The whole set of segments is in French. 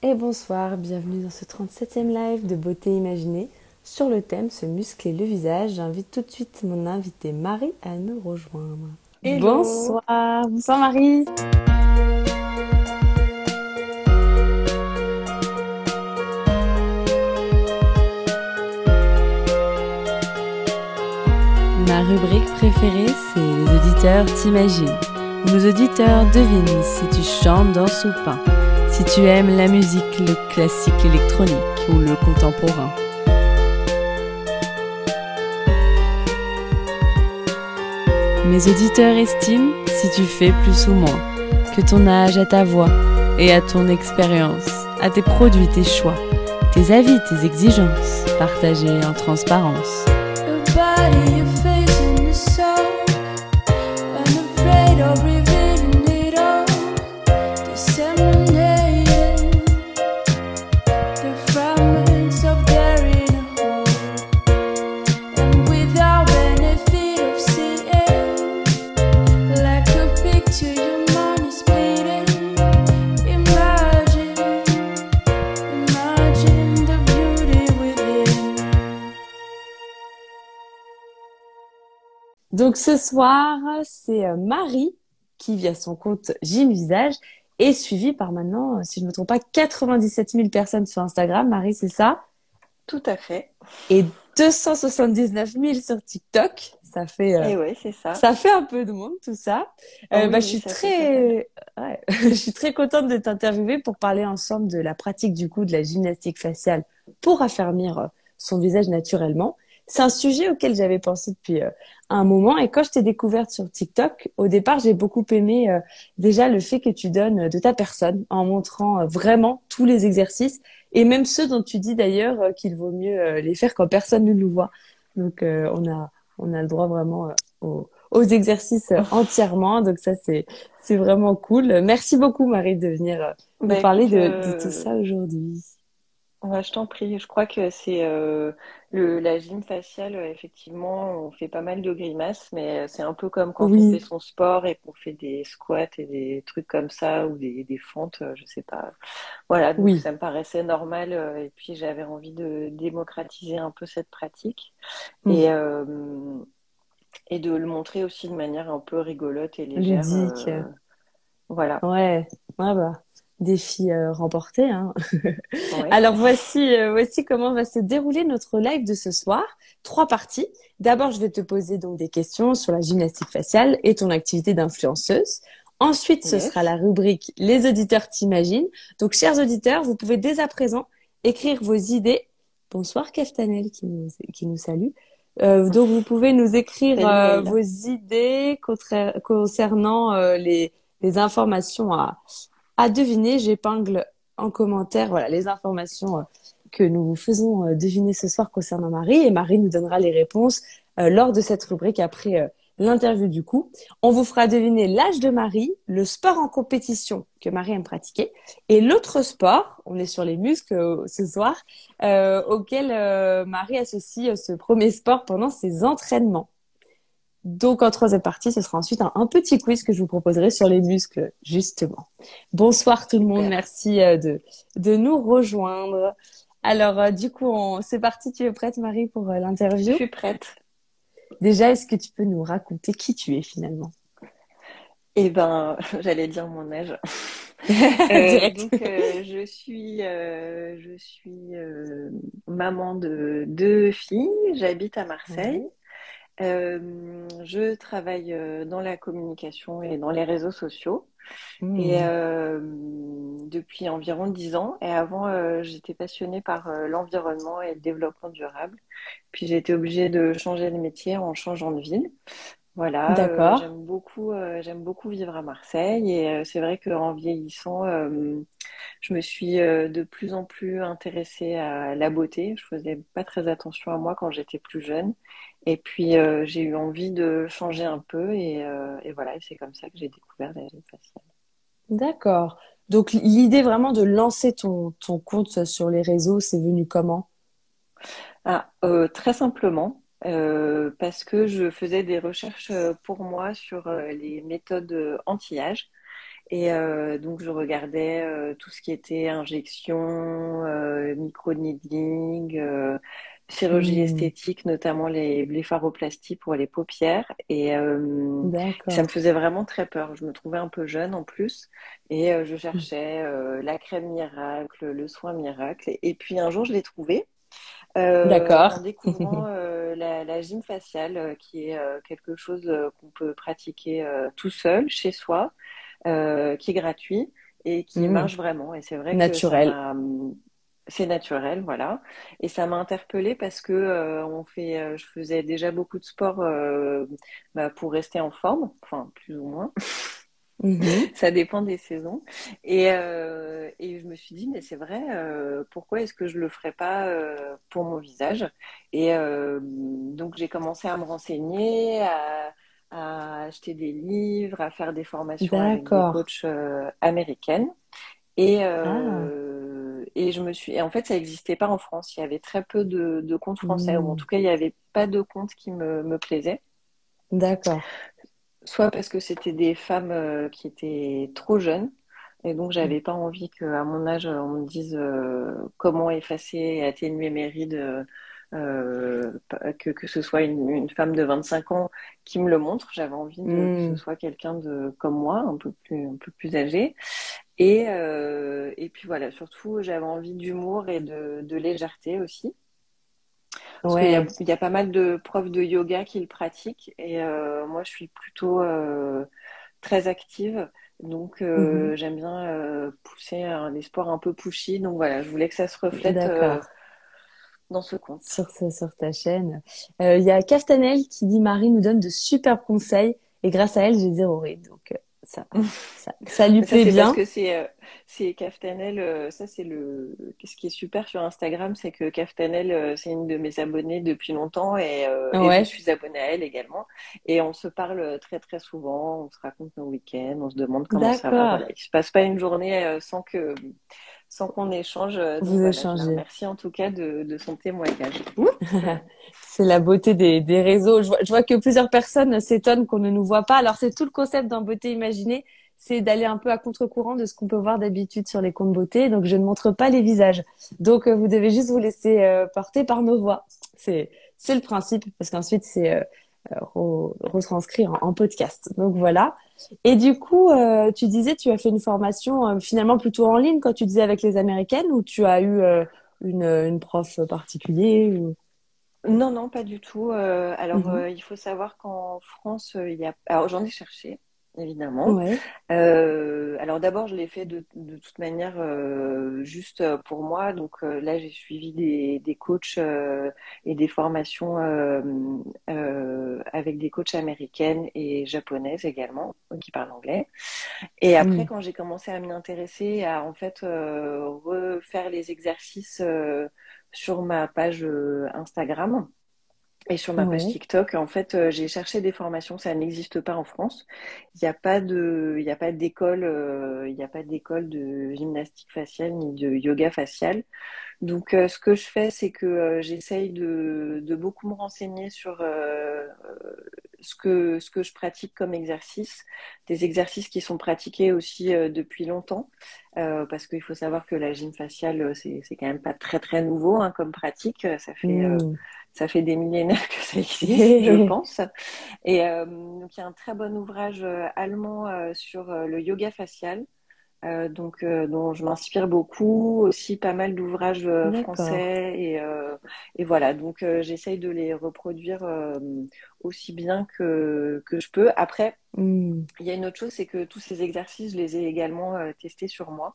Et bonsoir, bienvenue dans ce 37e live de Beauté Imaginée. Sur le thème Se muscler le visage, j'invite tout de suite mon invitée Marie à nous rejoindre. Hello! Bonsoir, bonsoir Marie. Ma rubrique préférée, c'est Les auditeurs t'imaginent, où nos auditeurs devinent si tu chantes, danses ou peins, si tu aimes la musique, le classique, l'électronique ou le contemporain. Mes auditeurs estiment si tu fais plus ou moins, que ton âge à ta voix et à ton expérience, à tes produits, tes choix, tes avis, tes exigences, partagés en transparence. Your body, your face and the soul, unafraid of revealing it all, disseminating the fragments of daring a whole, and without benefit of seeing, like a picture your mind is painting. Imagine the beauty within. Donc ce soir, c'est Marie qui, via son compte Gym Visage, est suivie par maintenant, si je ne me trompe pas, 97 000 personnes sur Instagram. Marie, c'est ça? Tout à fait. Et 279 000 sur TikTok. Et ouais, c'est ça. Ça fait un peu de monde, tout ça. Oh Je oui, oui, suis ça fait pas mal. ouais, je suis très contente de t'interviewer pour parler ensemble de la pratique du coup de la gymnastique faciale pour affermir son visage naturellement. C'est un sujet auquel j'avais pensé depuis un moment et quand je t'ai découverte sur TikTok, au départ, j'ai beaucoup aimé déjà le fait que tu donnes de ta personne en montrant vraiment tous les exercices et même ceux dont tu dis d'ailleurs qu'il vaut mieux les faire quand personne ne nous voit. Donc on a le droit vraiment aux exercices entièrement. Donc ça, c'est vraiment cool. Merci beaucoup, Marie, de venir nous Bah parler écoute, de tout ça aujourd'hui. ouais, je t'en prie. Je crois que c'est la gym faciale, effectivement, on fait pas mal de grimaces, mais c'est un peu comme quand on fait Oui, son sport et qu'on fait des squats et des trucs comme ça ou des fentes, je sais pas. Voilà, donc oui. ça me paraissait normal et puis j'avais envie de démocratiser un peu cette pratique Hmm. et, euh, et de le montrer aussi de manière un peu rigolote et légère. Ludique. Voilà. Ouais, ouais, bah, défi remporté, hein. Ouais. Alors voici comment va se dérouler notre live de ce soir. Trois parties. D'abord, je vais te poser donc des questions sur la gymnastique faciale et ton activité d'influenceuse. Ensuite, ce sera Yes. la rubrique Les auditeurs t'imaginent. Donc, chers auditeurs, vous pouvez dès à présent écrire vos idées. Bonsoir, Keftanel qui nous salue. Donc, vous pouvez nous écrire Salut vos Leïla. idées concernant les informations à deviner. J'épingle en commentaire, voilà, les informations que nous vous faisons deviner ce soir concernant Marie. Et Marie nous donnera les réponses lors de cette rubrique après l'interview du coup. On vous fera deviner l'âge de Marie, le sport en compétition que Marie aime pratiquer et l'autre sport, on est sur les muscles ce soir, auquel Marie associe ce premier sport pendant ses entraînements. Donc, en troisième partie, ce sera ensuite un petit quiz que je vous proposerai sur les muscles, justement. Bonsoir tout le monde, Super. merci de nous rejoindre. Alors, du coup, c'est parti, tu es prête, Marie, pour Je l'interview? suis prête. Déjà, est-ce que tu peux nous raconter qui tu es finalement? Eh ben, j'allais dire mon âge. Direct. Je suis maman de deux filles. J'habite à Marseille. Ouais. Je travaille dans la communication et dans les réseaux sociaux. Et Hmm. depuis environ 10 ans. Et avant, j'étais passionnée par l'environnement et le développement durable. Puis j'ai été obligée de changer de métier en changeant de ville. Voilà, D'accord. j'aime beaucoup vivre à Marseille et c'est vrai qu'en vieillissant, je me suis de plus en plus intéressée à la beauté. Je faisais pas très attention à moi quand j'étais plus jeune et puis j'ai eu envie de changer un peu et voilà, et c'est comme ça que j'ai découvert la gym faciale. D'accord. Donc, l'idée vraiment de lancer ton compte sur les réseaux, c'est venu comment? Ah, très simplement, parce que je faisais des recherches pour moi sur les méthodes anti-âge. Et donc, je regardais tout ce qui était injection, micro-needling, chirurgie Hmm. esthétique, notamment les blépharoplasties pour les paupières. Et ça me D'accord. faisait vraiment très peur. Je me trouvais un peu jeune en plus. Et je cherchais la crème miracle, le soin miracle. Et puis un jour, je l'ai trouvé en D'accord. découvrant la gym faciale, qui est quelque chose qu'on peut pratiquer tout seul, chez soi, qui est gratuit et qui Hmm. marche vraiment. Et c'est vrai que Naturel. c'est naturel, voilà. Et ça m'a interpellée parce que je faisais déjà beaucoup de sport pour rester en forme, enfin plus ou moins. Mhm. Ça dépend des saisons. Et je me suis dit, mais c'est vrai, pourquoi est-ce que je le ferais pas pour mon visage? Et donc j'ai commencé à me renseigner, à acheter des livres, à faire des formations avec des D'accord. coachs américaines. Et, Ah. et en fait, ça n'existait pas en France. Il y avait très peu de comptes français, ou en Hmm. tout cas, il n'y avait pas de comptes qui me plaisaient. D'accord. Soit parce que c'était des femmes qui étaient trop jeunes, et donc j'avais pas envie qu'à mon âge, on me dise comment effacer et atténuer mes rides, que ce soit une femme de 25 ans qui me le montre. J'avais envie que ce Hmm. soit quelqu'un de comme moi, un peu plus âgé. Et puis voilà, surtout, j'avais envie d'humour et de légèreté aussi. Parce Ouais. il y a pas mal de profs de yoga qui le pratiquent et moi je suis plutôt très active, donc Mhm. j'aime bien pousser des sports un peu pushy. Donc voilà, je voulais que ça se reflète D'accord. dans ce compte. Sur ta chaîne. Il y a Caftanel qui dit Marie nous donne de superbes conseils et grâce à elle, j'ai zéro ride. Donc, ça lui Mais ça plaît c'est parce bien. que c'est Caftanel, ça c'est le ce qui est super sur Instagram, c'est que Caftanel c'est une de mes abonnées depuis longtemps et je Ouais. suis abonnée à elle également et on se parle très très souvent, on se raconte nos week-ends, on se demande comment ça va. D'accord. Voilà, il se passe pas une journée sans qu'on échange. Donc Vous voilà, je la échangez. remercie en tout cas de son témoignage. C'est la beauté des réseaux. Je vois que plusieurs personnes s'étonnent qu'on ne nous voit pas. Alors, c'est tout le concept d'un beauté imaginée, c'est d'aller un peu à contre-courant de ce qu'on peut voir d'habitude sur les comptes beauté. Donc, je ne montre pas les visages. Donc, vous devez juste vous laisser porter par nos voix. C'est le principe, parce qu'ensuite, c'est retranscrit en podcast. Donc, voilà. Et du coup, tu disais, tu as fait une formation finalement plutôt en ligne quand tu disais avec les Américaines ou tu as eu une prof particulier ou... Non, non, pas du tout. Mhm. Il faut savoir qu'en France, il y a. Alors, j'en ai cherché, évidemment. Ouais. Alors, d'abord, je l'ai fait de toute manière juste pour moi. Donc, là, j'ai suivi des coachs et des formations avec des coachs américaines et japonaises également, qui parlent anglais. Et après, Mm. quand j'ai commencé à m'y intéresser, à en fait refaire les exercices sur ma page Instagram et sur ma page Ouais. TikTok, en fait, j'ai cherché des formations. Ça n'existe pas en France. Il y a pas d'école, il n'y a pas d'école de gymnastique faciale ni de yoga facial. Donc, ce que je fais, c'est que j'essaye de beaucoup me renseigner sur ce que je pratique comme exercice, des exercices qui sont pratiqués aussi depuis longtemps, parce qu'il faut savoir que la gym faciale, c'est quand même pas très très nouveau hein, comme pratique. Mm. Ça fait des millénaires que ça existe, je pense. Et donc, il y a un très bon ouvrage allemand sur le yoga facial dont je m'inspire beaucoup, aussi pas mal d'ouvrages D'accord. français et voilà. Donc j'essaye de les reproduire aussi bien que je peux. Après, Mm. il y a une autre chose, c'est que tous ces exercices, je les ai également testés sur moi.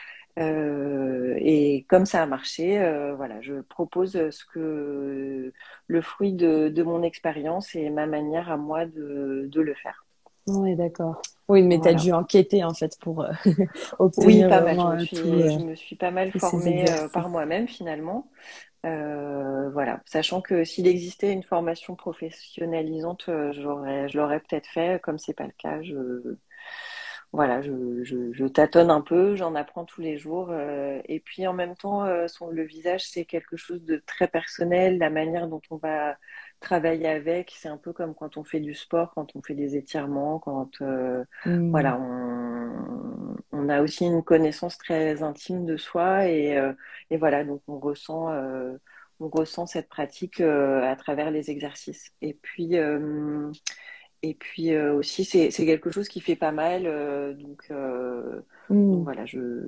Et comme ça a marché, voilà, je propose le fruit de mon expérience et ma manière à moi de le faire. Ouais, d'accord. Oui, mais t'as Voilà. dû enquêter en fait pour Oui, obtenir pas mal. vraiment Je me suis pas mal tous ces formée par exercices. moi-même finalement. Voilà, sachant que s'il existait une formation professionnalisante, je l'aurais peut-être fait. Comme c'est pas le cas, voilà, je tâtonne un peu, j'en apprends tous les jours. Et puis en même temps, le visage, c'est quelque chose de très personnel. La manière dont on va travailler avec, c'est un peu comme quand on fait du sport, quand on fait des étirements, Mm. voilà, on a aussi une connaissance très intime de soi et voilà, donc on ressent cette pratique à travers les exercices. Et puis aussi, c'est quelque chose qui fait pas mal, donc Hmm. voilà,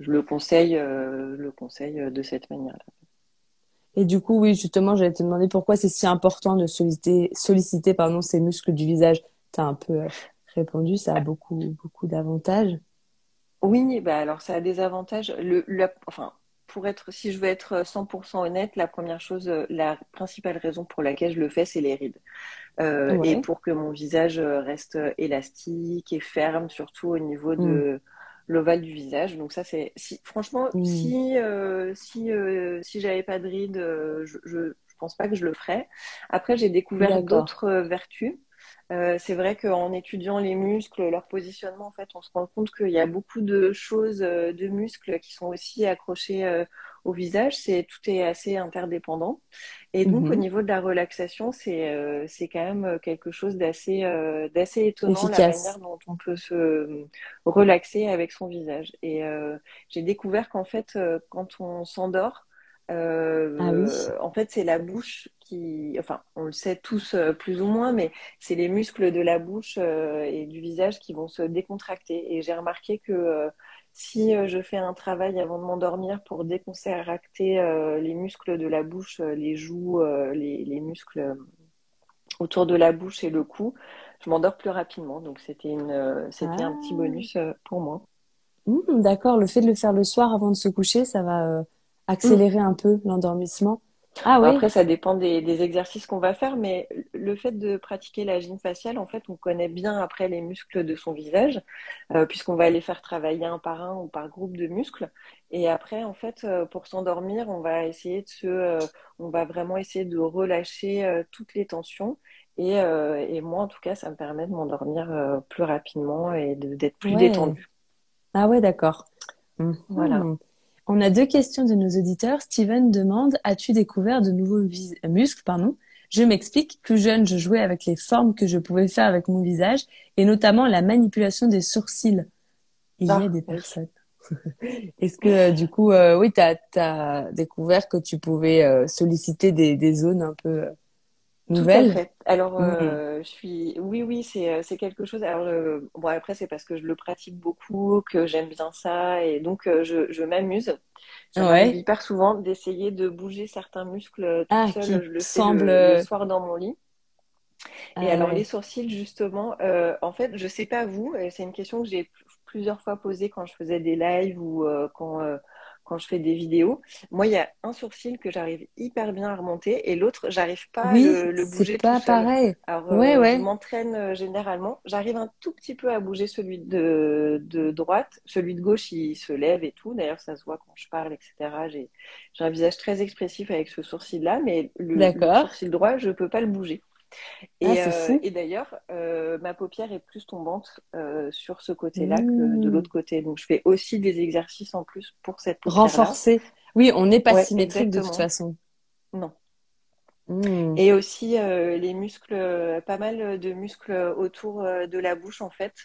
je le conseille de cette manière-là. Et du coup, oui, justement, j'allais te demander pourquoi c'est si important de solliciter, pardon, ces muscles du visage. Tu as un peu répondu, ça a beaucoup d'avantages. Oui, bah alors ça a des avantages. Enfin, si je veux être 100% honnête, la première chose, la principale raison pour laquelle je le fais, c'est les rides. Et Ouais. pour que mon visage reste élastique et ferme, surtout au niveau Hmm. de l'ovale du visage. Donc ça, franchement, Hmm. si j'avais pas de rides, je pense pas que je le ferais. Après, j'ai découvert D'accord. d'autres vertus. C'est vrai qu'en étudiant les muscles, leur positionnement, en fait, on se rend compte qu'il y a beaucoup de choses, de muscles qui sont aussi accrochés au visage. Tout est assez interdépendant. Et donc, au Mhm. niveau de la relaxation, c'est quand même quelque chose d'assez étonnant, la Efficace. manière dont on peut se relaxer avec son visage. Et j'ai découvert qu'en fait, quand on s'endort, Ah oui. en fait, c'est la bouche qui, enfin, on le sait tous plus ou moins, mais c'est les muscles de la bouche et du visage qui vont se décontracter. Et j'ai remarqué que si je fais un travail avant de m'endormir pour décontracter les muscles de la bouche, les joues, les muscles autour de la bouche et le cou, je m'endors plus rapidement. Donc c'était un petit Ah. bonus pour moi. D'accord. Le fait de le faire le soir avant de se coucher, ça va Mm. accélérer un peu l'endormissement. Ah Bon, oui. après, ça dépend des exercices qu'on va faire, mais le fait de pratiquer la gym faciale, en fait, on connaît bien après les muscles de son visage, puisqu'on va les faire travailler un par un ou par groupe de muscles. Et après, en fait, pour s'endormir, on va vraiment essayer de relâcher toutes les tensions. Et moi, en tout cas, ça me permet de m'endormir plus rapidement et d'être plus Ouais. détendue. Ah ouais, d'accord. Voilà. Mhm. On a deux questions de nos auditeurs. Steven demande, as-tu découvert de nouveaux muscles, pardon? Je m'explique. Plus jeune, je jouais avec les formes que je pouvais faire avec mon visage et notamment la manipulation des sourcils. Il y a Ah, des oui. personnes. Est-ce que du coup, oui, t'as découvert que tu pouvais solliciter des zones un peu Tout à nouvelles? fait. Alors, Hmm. oui, oui, c'est quelque chose. Alors, bon, après, c'est parce que je le pratique beaucoup, que j'aime bien ça, et donc je m'amuse. Ça m'arrive Ouais. hyper souvent d'essayer de bouger certains muscles toute Ah, seule. qui Je le fais semble. le soir dans mon lit. Et Ah alors, les ouais. sourcils, justement, en fait, je sais pas vous, c'est une question que j'ai plusieurs fois posée quand je faisais des lives ou quand je fais des vidéos. Moi, il y a un sourcil que j'arrive hyper bien à remonter et l'autre, j'arrive pas à Oui, le c'est bouger tout pas seul. pareil. Alors, Ouais, je ouais. m'entraîne généralement. J'arrive un tout petit peu à bouger celui de droite. Celui de gauche, il se lève et tout. D'ailleurs, ça se voit quand je parle, etc. J'ai un visage très expressif avec ce sourcil-là, mais le D'accord. sourcil droit, je peux pas le bouger. Ah, Et, c'est euh, fou. et d'ailleurs, ma paupière est plus tombante sur ce côté-là que de Hmm. l'autre côté. Donc, je fais aussi des exercices en plus pour cette paupière-là. Renforcer. Oui, on n'est pas Ouais, symétrique de toute exactement. façon. Non. Hmm. Et aussi les muscles, pas mal de muscles autour de la bouche, en fait,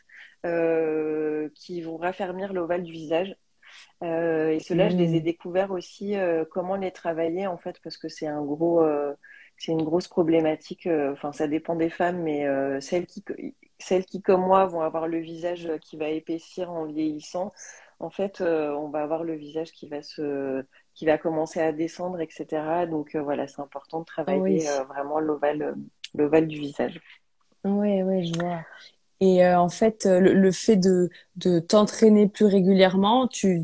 qui vont raffermir l'ovale du visage. Et ceux-là, je les ai Hmm. découverts aussi, comment les travailler, en fait, parce que c'est une grosse problématique. Enfin, ça dépend des femmes, mais celles qui, comme moi, vont avoir le visage qui va épaissir en vieillissant, en fait, on va avoir le visage qui va commencer à descendre, etc. Donc, voilà, c'est important de Ah oui. travailler vraiment l'ovale du visage. Ouais, ouais, je vois. Et en fait, le fait de t'entraîner plus régulièrement,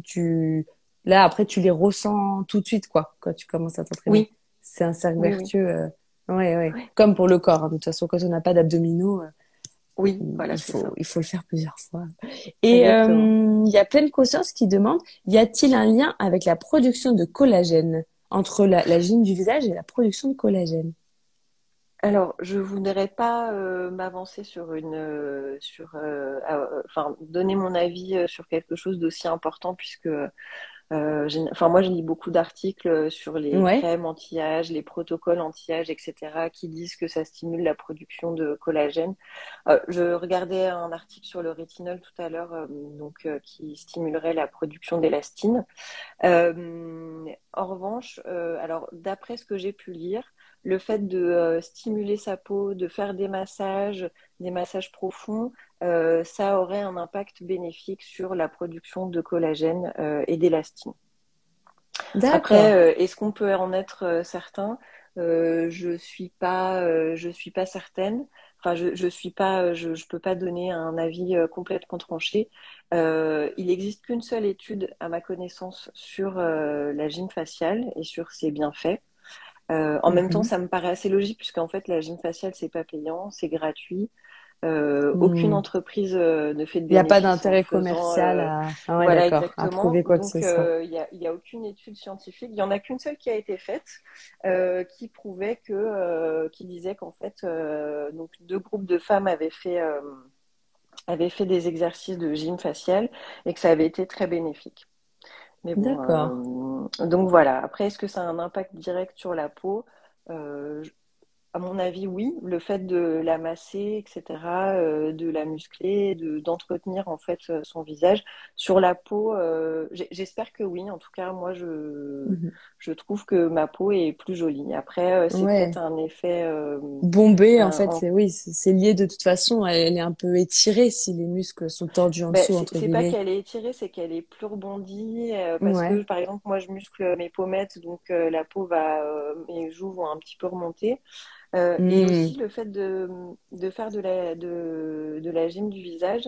là, après, tu les ressens tout de suite, quoi, quand tu commences à t'entraîner. Oui, C'est un cercle oui, oui. vertueux. Ouais, ouais. Comme pour le corps, hein. De toute façon, quand on n'a pas d'abdominaux, Oui, voilà, c'est ça. il faut le faire plusieurs fois. Et Exactement. il y a plein de consciences qui demandent, y a-t-il un lien avec la production de collagène, entre la gym du visage et la production de collagène? Alors, je voudrais pas m'avancer enfin, donner mon avis sur quelque chose d'aussi important puisque Enfin, moi, je lis beaucoup d'articles sur les Ouais. crèmes anti-âge, les protocoles anti-âge, etc., qui disent que ça stimule la production de collagène. Je regardais un article sur le rétinol tout à l'heure, qui stimulerait la production d'élastine. En revanche, alors d'après ce que j'ai pu lire, le fait de stimuler sa peau, de faire des massages profonds, ça aurait un impact bénéfique sur la production de collagène et d'élastine. Après, D'accord. est-ce qu'on peut en être certain? Je suis pas certaine. Enfin, je suis pas, je peux pas donner un avis complètement tranché. Il n'existe qu'une seule étude, à ma connaissance, sur la gym faciale et sur ses bienfaits. En même temps, Mhm. ça me paraît assez logique puisqu'en fait, la gym faciale, c'est pas payant, c'est gratuit. Aucune Hmm. entreprise ne fait de Il n'y a pas bénéfice en d'intérêt faisant. commercial à... Ah ouais, Voilà, d'accord, à exactement. prouver quoi que ce Donc, soit. il y a aucune étude scientifique. Il y en a qu'une seule qui a été faite, qui prouvait qui disait qu'en fait, donc deux groupes de femmes avaient fait des exercices de gym facial et que ça avait été très bénéfique. Mais bon, D'accord. donc voilà. Après, est-ce que ça a un impact direct sur la peau? Euh, à mon avis, oui. Le fait de la masser, etc., de la muscler, d'entretenir en fait son visage sur la peau, j'espère que oui. En tout cas, Mhm. je trouve que ma peau est plus jolie. Après, c'est peut-être Ouais. un effet, Bombée, en fait, en oui, c'est lié de toute façon. Elle est un peu étirée si les muscles sont tordus en Ben, dessous, entre c'est pas guillemets. qu'elle est étirée, c'est qu'elle est plus rebondie parce que, Ouais. par exemple, moi, je muscle mes pommettes, donc la peau mes joues vont un petit peu remonter. Et Hmm. aussi, le fait de faire de la gym du visage,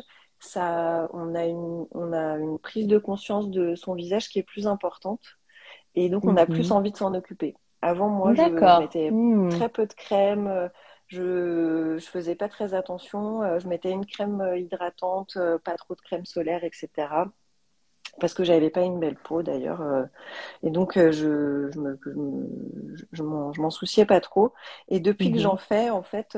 on a une prise de conscience de son visage qui est plus importante et donc on a plus Mhm. envie de s'en occuper. Avant, moi, je D'accord. mettais Hmm. très peu de crème, je faisais pas très attention, je mettais une crème hydratante, pas trop de crème solaire, etc. Parce que j'avais pas une belle peau d'ailleurs, et donc je m'en souciais pas trop. Et depuis que j'en Mhm. fais, en fait,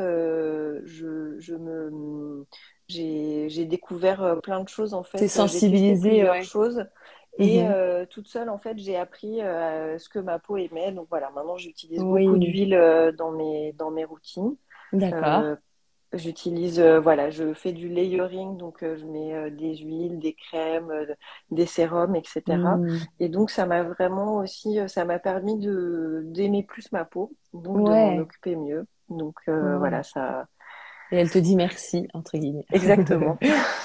j'ai découvert plein de choses. En T'es fait, j'ai testé sensibilisée, plusieurs ouais. choses et Mhm. toute seule, en fait, j'ai appris ce que ma peau aimait. Donc voilà, maintenant j'utilise beaucoup Oui. d'huile dans mes routines. D'accord. Euh, voilà, je fais du layering, donc je mets des huiles, des crèmes, des sérums, etc. Hmm. Et donc ça m'a vraiment aussi, ça m'a permis de d'aimer plus ma peau, donc de m'en Ouais. occuper mieux. Donc Ouais. voilà, ça, Et elle te dit merci, entre guillemets. exactement.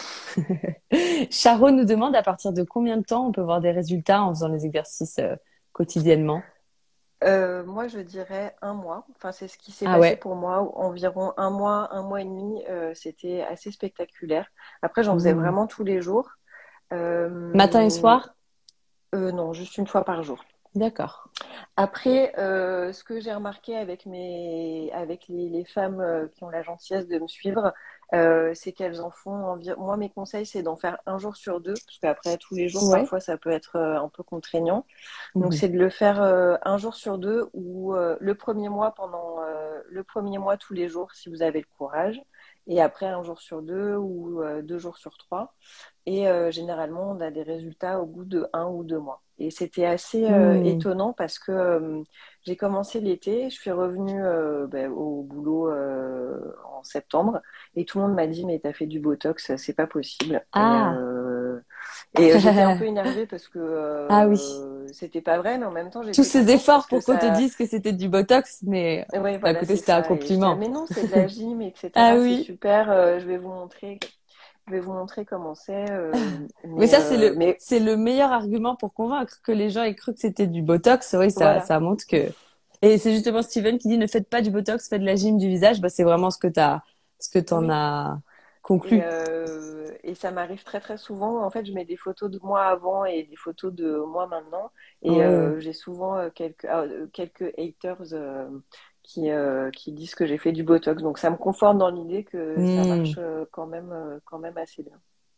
Charo nous demande à partir de combien de temps on peut voir des résultats en faisant les exercices quotidiennement. Moi, je dirais un mois. Enfin, c'est ce qui s'est Ah passé ouais. pour moi. Environ un mois et demi, c'était assez spectaculaire. Après, j'en faisais Hmm. vraiment tous les jours. Matin et Euh, soir? non, juste une fois par jour. D'accord. Après, ce que j'ai remarqué avec les femmes qui ont la gentillesse de me suivre, c'est qu'elles en font environ. Moi, mes conseils, c'est d'en faire un jour sur deux, parce qu'après, tous les jours, Ouais. parfois, ça peut être un peu contraignant. Donc, Mhm. c'est de le faire un jour sur deux ou le premier mois le premier mois tous les jours, si vous avez le courage. Et après, un jour sur deux ou deux jours sur trois. Et généralement, on a des résultats au bout de un ou deux mois. Et c'était assez Hmm. étonnant parce que j'ai commencé l'été, je suis revenue au boulot en septembre et tout le monde m'a dit mais t'as fait du Botox, c'est pas possible. Ah. Et j'étais un peu énervée parce que Ah oui. c'était pas vrai, mais en même temps Tous j'étais ces contente parce efforts que pour qu'on te ça, dise que c'était du Botox, mais ouais d'un voilà côté, c'est c'était un ça. Et je disais compliment. mais non c'est de la gym Ah etc. C'est oui. super, je vais vous montrer comment c'est. Mais ça, Mais c'est le meilleur argument pour convaincre que les gens aient cru que c'était du Botox. Oui, voilà. ça montre que. Et c'est justement Steven qui dit ne faites pas du Botox, faites de la gym du visage. Bah, c'est vraiment ce que t'en Oui. as conclu. Et ça m'arrive très très souvent. En fait, je mets des photos de moi avant et des photos de moi maintenant. Et Oui. j'ai souvent quelques haters qui disent que j'ai fait du Botox. Donc ça me conforte dans l'idée que ça Hmm. marche quand même assez bien.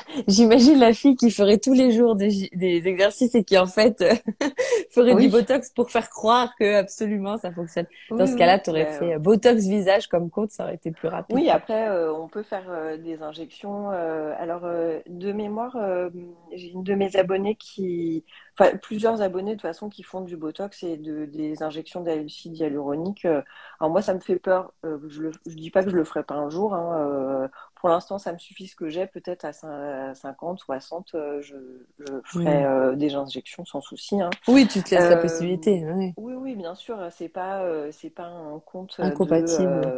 J'imagine la fille qui ferait tous les jours des exercices et qui en fait ferait du Oui, botox pour faire croire que absolument ça fonctionne. Dans oui, ce oui. cas-là, tu aurais fait botox visage comme compte, ça aurait été plus rapide Oui, quoi. après, on peut faire des injections. Alors, de mémoire, j'ai une de mes abonnées enfin, plusieurs abonnés de toute façon qui font du Botox et des injections d'acide hyaluronique. Alors moi, ça me fait peur. Je dis pas que je le ferai pas un jour, hein. Pour l'instant, ça me suffit ce que j'ai. Peut-être à 50, 60, je ferai Hmm. des injections sans souci, hein. Oui, tu te laisses la Euh, possibilité, ouais. oui, oui, bien sûr. C'est pas un compte Incompatible.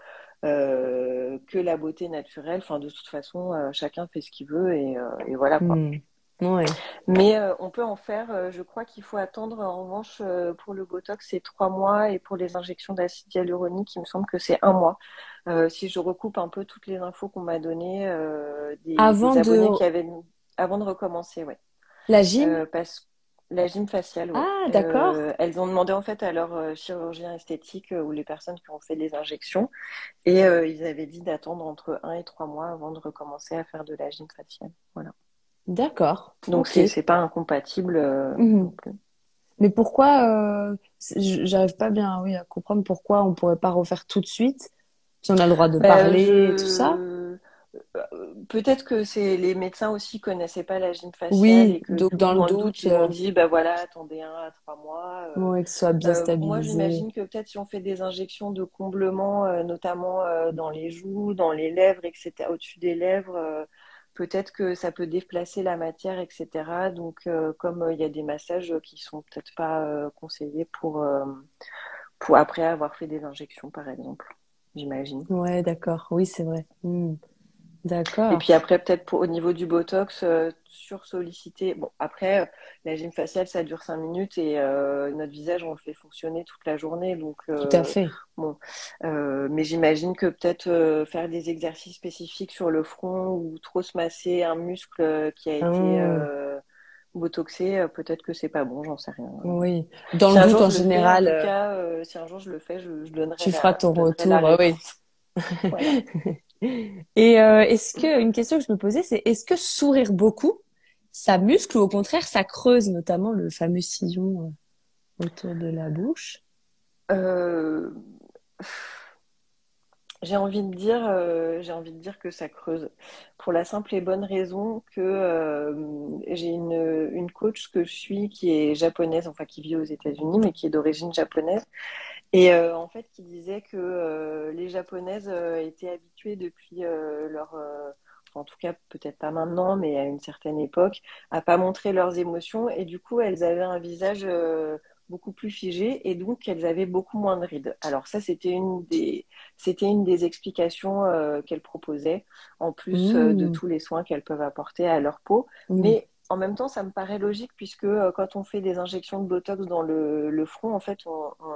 que la beauté naturelle. Enfin, de toute façon, chacun fait ce qu'il veut et voilà quoi. Hmm. Ouais. Mais on peut en faire. Je crois qu'il faut attendre. En revanche, pour le Botox, c'est 3 mois et pour les injections d'acide hyaluronique, il me semble que c'est 1 mois. Si je recoupe un peu toutes les infos qu'on m'a données Avant des de abonnés qui avaient avant de recommencer, ouais. la gym? Parce la gym faciale, ouais. Ah, d'accord. Elles ont demandé en fait à leur chirurgien esthétique ou les personnes qui ont fait des injections et ils avaient dit d'attendre entre 1 et 3 mois avant de recommencer à faire de la gym faciale. Voilà. D'accord. Donc Ok. c'est pas incompatible non Mhm. plus. Mais pourquoi j'arrive pas bien, oui, à comprendre pourquoi on pourrait pas refaire tout de suite si on a le droit de Bah, parler et tout ça? peut-être que c'est les médecins aussi connaissaient pas la gym faciale Oui, et que donc du coup dans le dans le doute doute, ils ont dit bah voilà attendez 1 à 3 mois. ouais, que ce soit bien Moi stabilisé. j'imagine que peut-être si on fait des injections de comblement notamment dans les joues, dans les lèvres, etc. Au-dessus des lèvres, peut-être que ça peut déplacer la matière, etc. Donc comme il y a des massages qui sont peut-être pas conseillés pour après avoir fait des injections par exemple, j'imagine. Ouais, d'accord. Oui, c'est vrai. Hmm. Et puis D'accord. après, peut-être au niveau du Botox, sursollicité. Bon, après, la gym faciale, ça dure 5 minutes et notre visage, on le fait fonctionner toute la journée. Donc, Tout à fait. bon. Mais j'imagine que peut-être faire des exercices spécifiques sur le front ou trop se masser un muscle qui a été Hmm. botoxé, peut-être que c'est pas bon, j'en sais rien. Oui. Dans Si le un doute, jour en je le fais, en général, tout cas, si un jour je le fais, je donnerai tu feras ton je donnerai la retour. Oui. réponse. Voilà. Et une question que je me posais, c'est est-ce que sourire beaucoup, ça muscle ou au contraire, ça creuse, notamment le fameux sillon autour de la bouche? Euh, j'ai envie de dire que ça creuse. Pour la simple et bonne raison que j'ai une coach que je suis qui est japonaise, enfin qui vit aux États-Unis, mais qui est d'origine japonaise. Et en fait, qui disait que les Japonaises étaient habituées depuis en tout cas peut-être pas maintenant, mais à une certaine époque, à pas montrer leurs émotions. Et du coup, elles avaient un visage beaucoup plus figé et donc elles avaient beaucoup moins de rides. Alors ça, c'était une des explications qu'elle proposait, en plus de Mmh. tous les soins qu'elles peuvent apporter à leur peau. Mmh. Mais en même temps, ça me paraît logique puisque quand on fait des injections de Botox dans le front, en fait,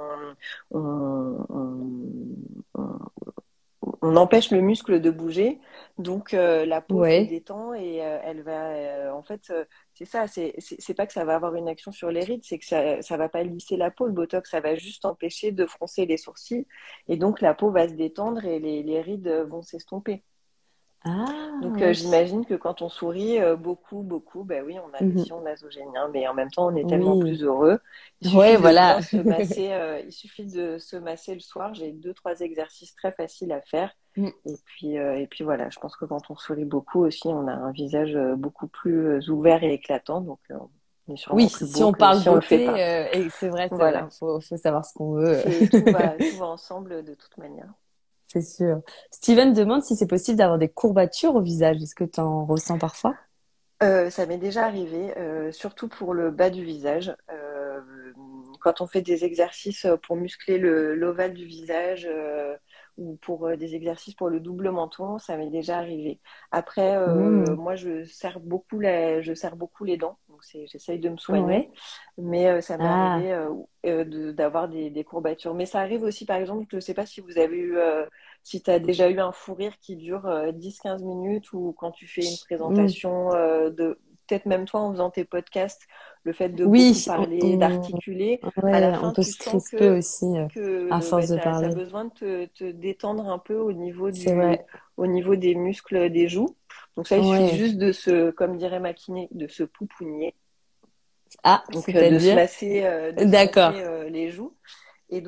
on, on- on empêche le muscle de bouger, donc la peau se Ouais. détend et elle va, en fait, c'est ça, c'est pas que ça va avoir une action sur les rides, c'est que ça va pas lisser la peau, le Botox, ça va juste empêcher de froncer les sourcils, et donc la peau va se détendre et les rides vont s'estomper. Ah, Donc ouais. j'imagine que quand on sourit beaucoup, beaucoup, ben oui, on a des Mhm. sillons nasogéniens, mais en même temps, on est tellement Oui. plus heureux. Il Ouais, suffit de voilà. bien se masser, il suffit de se masser le soir. J'ai deux, trois exercices très faciles à faire. Mm. Et puis voilà, je pense que quand on sourit beaucoup aussi, on a un visage beaucoup plus ouvert et éclatant, donc on est Oui, sûrement plus si beau on que parle si on le fait beauté, pas. et c'est vrai, Voilà, faut savoir ce qu'on veut. c'est tout va ensemble de toute manière. C'est sûr. Steven demande si c'est possible d'avoir des courbatures au visage. Est-ce que tu en ressens parfois? Ça m'est déjà arrivé, surtout pour le bas du visage. Quand on fait des exercices pour muscler l'ovale du visage ou pour des exercices pour le double menton, ça m'est déjà arrivé. Après, Mm. moi, je serre beaucoup les dents, donc j'essaye de me soigner, Ouais. mais ça m'est Ah, arrivé d'avoir des courbatures. Mais ça arrive aussi, par exemple, je ne sais pas si vous avez eu si tu as déjà eu un fou rire qui dure 10-15 minutes ou quand tu fais une mm. présentation peut-être même toi en faisant tes podcasts, le fait de beaucoup Oui, parler, d'articuler, à la ouais, on fin peut tu se sens crisper aussi à que force de tu as parler. besoin de te détendre un peu C'est vrai. au niveau des muscles des joues. Donc ça, il suffit Ouais. juste comme dirait ma kiné, de se poupougner. Ah, Donc c'est-à-dire? de se D'accord. masser les joues. Et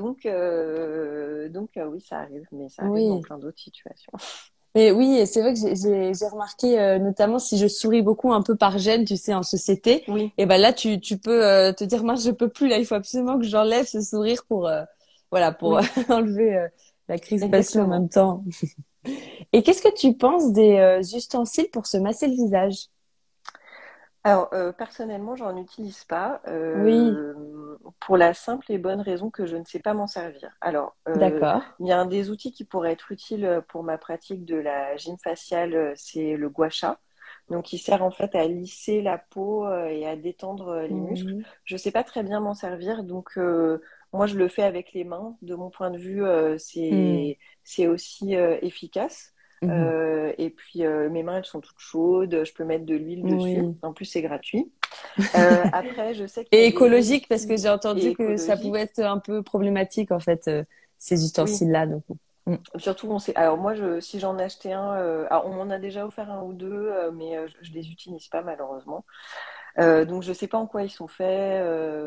oui, ça arrive, mais ça arrive dans Oui. plein d'autres situations. Mais oui, et c'est vrai que j'ai remarqué, notamment si je souris beaucoup un peu par gêne, tu sais, en société, Oui, et ben là, tu peux te dire, mince, je peux plus, là, il faut absolument que j'enlève ce sourire pour, voilà, pour oui, enlever la crispation en exactement. même temps. Et qu'est-ce que tu penses des ustensiles pour se masser le visage? Alors, personnellement, j'en utilise pas Oui, pour la simple et bonne raison que je ne sais pas m'en servir. Alors, d'accord. il y a un des outils qui pourrait être utile pour ma pratique de la gym faciale, c'est le gua sha. Donc, il sert en fait à lisser la peau et à détendre les muscles. Oui. Je sais pas très bien m'en servir, donc moi, je le fais avec les mains. De mon point de vue, Hmm. c'est aussi efficace. Mhm. Et puis mes mains, elles sont toutes chaudes, je peux mettre de l'huile dessus. Oui. En plus, c'est gratuit. Après, je sais qu'il y Et a des écologique, parce que outils j'ai et entendu que ça pouvait écologiques. être un peu problématique, en fait, ces Oui, ustensiles-là, donc. Mm. surtout, on sait. Alors moi, si j'en achetais un, alors on m'en a déjà offert un ou deux, mais je les utilise pas malheureusement. Donc je sais pas en quoi ils sont faits.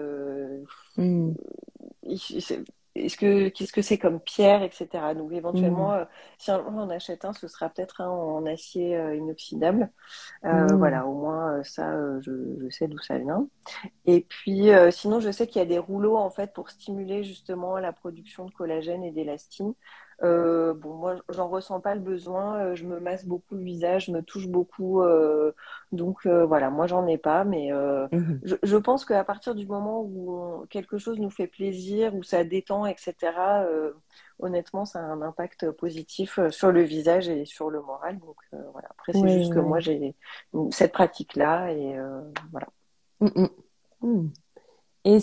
Mm. C'est- qu'est-ce que c'est comme pierre, etc. Donc Mm. éventuellement, si un jour on en achète un, ce sera peut-être un en acier inoxydable. Mm. Voilà, au moins ça, je sais d'où ça vient. Et puis sinon, je sais qu'il y a des rouleaux en fait pour stimuler justement la production de collagène et d'élastine. Bon, moi, j'en ressens pas le besoin. Je me masse beaucoup le visage, je me touche beaucoup. Voilà, moi, j'en ai pas. Mais Mhm. je pense qu'à partir du moment où quelque chose nous fait plaisir, où ça détend, etc., honnêtement, ça a un impact positif sur le visage et sur le moral. Donc voilà. Après, c'est Ouais, juste que moi, ouais. j'ai cette pratique-là et voilà. Mm, mm. Mm. Et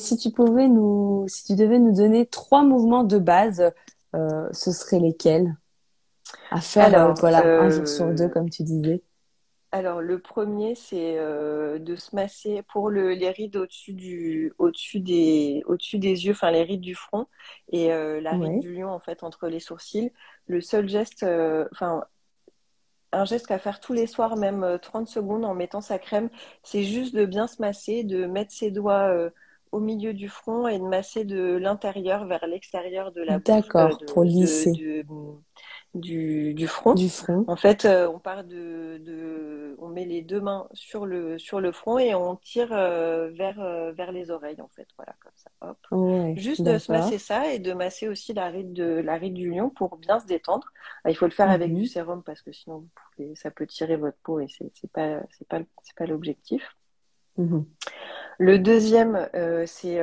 si tu devais nous donner trois mouvements de base, ce seraient lesquels? À faire, Alors, voilà, un jour sur deux, comme tu disais. le premier, c'est de se masser pour les rides au-dessus des yeux, enfin les rides du front et la ride Ouais. du lion en fait entre les sourcils. Le seul geste, enfin un geste qu'à faire tous les soirs, même 30 secondes en mettant sa crème, c'est juste de bien se masser, de mettre ses doigts au milieu du front et de masser de l'intérieur vers l'extérieur de la bouche, D'accord, pour lisser du front. du front. En fait, on part on met les deux mains sur le front et on tire vers les oreilles, en fait. Voilà, comme ça. Hop. Ouais, Juste de se masser d'accord. ça et de masser aussi la ride du lion pour bien se détendre. Il faut le faire avec du Mhm. sérum parce que sinon ça peut tirer votre peau et c'est pas l'objectif. Mhm. Le deuxième, c'est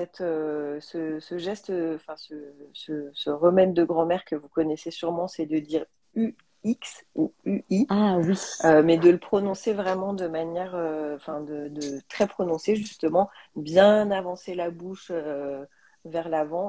ce geste, enfin ce remède de grand-mère que vous connaissez sûrement, c'est de dire UX ou UI, Ah oui, mais de le prononcer vraiment de manière, enfin de très prononcé justement, bien avancer la bouche vers l'avant,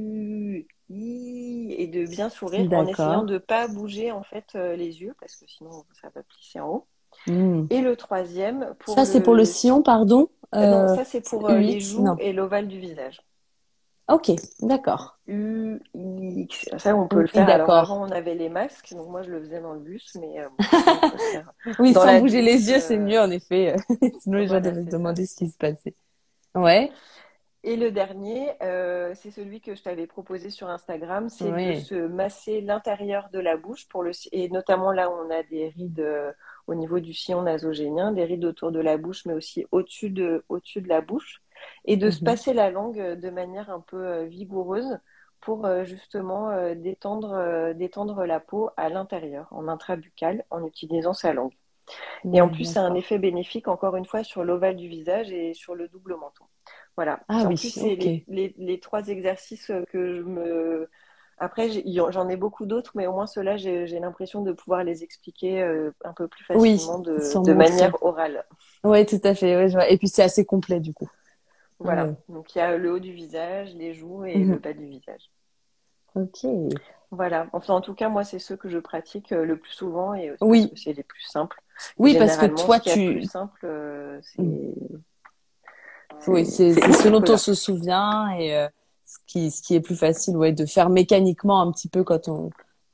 et de bien sourire en essayant d'accord. de pas bouger en fait les yeux parce que sinon ça va plisser en haut. Hmm. Et le troisième pour Ça, c'est pour le le sillon, pardon. non, ça c'est pour les UX, joues non. et l'ovale du visage. Ok, d'accord. UX. Ça, on peut le Oui, faire. Alors d'accord. avant, on avait les masques, donc moi je le faisais dans le bus, mais bon, sinon on peut le faire Oui, dans sans la bouger les douche. yeux, c'est mieux, en effet. Sinon, les gens Voilà, devaient se c'est ça. demander ce qui se passait. Ouais, Et le dernier, c'est celui que je t'avais proposé sur Instagram, c'est de ouais. se masser l'intérieur de la bouche et notamment là où on a des rides au niveau du sillon nasogénien, des rides autour de la bouche, mais aussi au-dessus de la bouche, et de se Mhm. passer la langue de manière un peu vigoureuse pour justement détendre la peau à l'intérieur, en intrabuccal, en utilisant sa langue. Et en Ouais, plus, ça a un d'accord. effet bénéfique, encore une fois, sur l'ovale du visage et sur le double menton. Voilà. Ah En oui, plus, c'est ok. les trois exercices que je me... Après, j'en ai beaucoup d'autres, mais au moins ceux-là, j'ai l'impression de pouvoir les expliquer un peu plus Oui, facilement sans de montrer. manière orale. Ouais, tout à fait. Ouais, je vois. Et puis, c'est assez complet, du coup. Voilà. Ouais. Donc, il y a le haut du visage, les joues et le Mhm. bas du visage. Ok. Voilà. Enfin, en tout cas, moi, c'est ceux que je pratique le plus souvent et parce que Oui. c'est les plus simples. Et Oui, parce que généralement, ce toi, qu'il y a de plus tu... simple, Mm. Oui, c'est c'est ce dont on ceux-là. se souvient et ce qui est plus facile, ouais, de faire mécaniquement un petit peu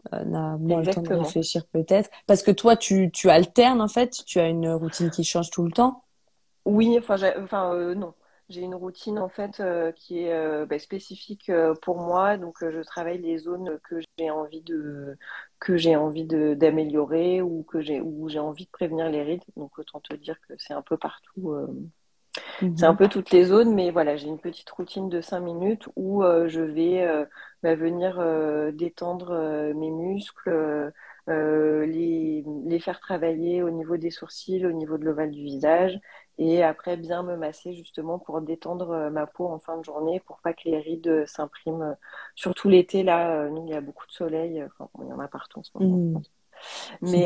n'a moins le temps de exactement. réfléchir peut-être. Parce que toi, tu alternes en fait, tu as une routine qui change tout le temps. Oui, enfin, non. J'ai une routine en fait qui est spécifique pour moi. Donc, je travaille les zones que j'ai envie de d'améliorer ou que j'ai où j'ai envie de prévenir les rides. Donc, autant te dire que c'est un peu partout. C'est un Mhm. peu toutes les zones, mais voilà, j'ai une petite routine de 5 minutes où je vais venir détendre mes muscles, les faire travailler au niveau des sourcils, au niveau de l'ovale du visage, et après bien me masser justement pour détendre ma peau en fin de journée, pour pas que les rides s'impriment. Surtout l'été, là, nous, il y a beaucoup de soleil, enfin, bon, il y en a partout en ce moment, je Mhm. pense. Mais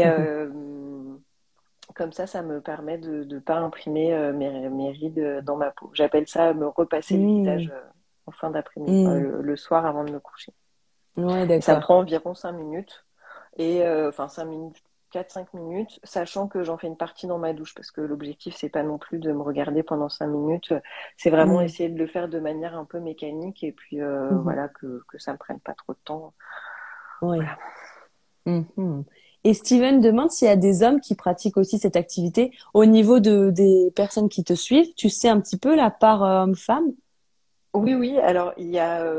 comme ça me permet de ne pas imprimer mes rides dans ma peau. J'appelle ça me repasser le visage Mhm. en fin d'après-midi, Mhm. le soir avant de me coucher. Ouais, Et ça me d'accord. prend environ 5 minutes. Et enfin 5 minutes, 4-5 minutes, sachant que j'en fais une partie dans ma douche, parce que l'objectif, c'est pas non plus de me regarder pendant 5 minutes. C'est vraiment Mhm. essayer de le faire de manière un peu mécanique et puis Mhm. voilà, que ça me prenne pas trop de temps. Ouais. Voilà. Mhm. Et Steven demande s'il y a des hommes qui pratiquent aussi cette activité. Au niveau des personnes qui te suivent, tu sais un petit peu la part homme-femme? Oui, oui, alors il y a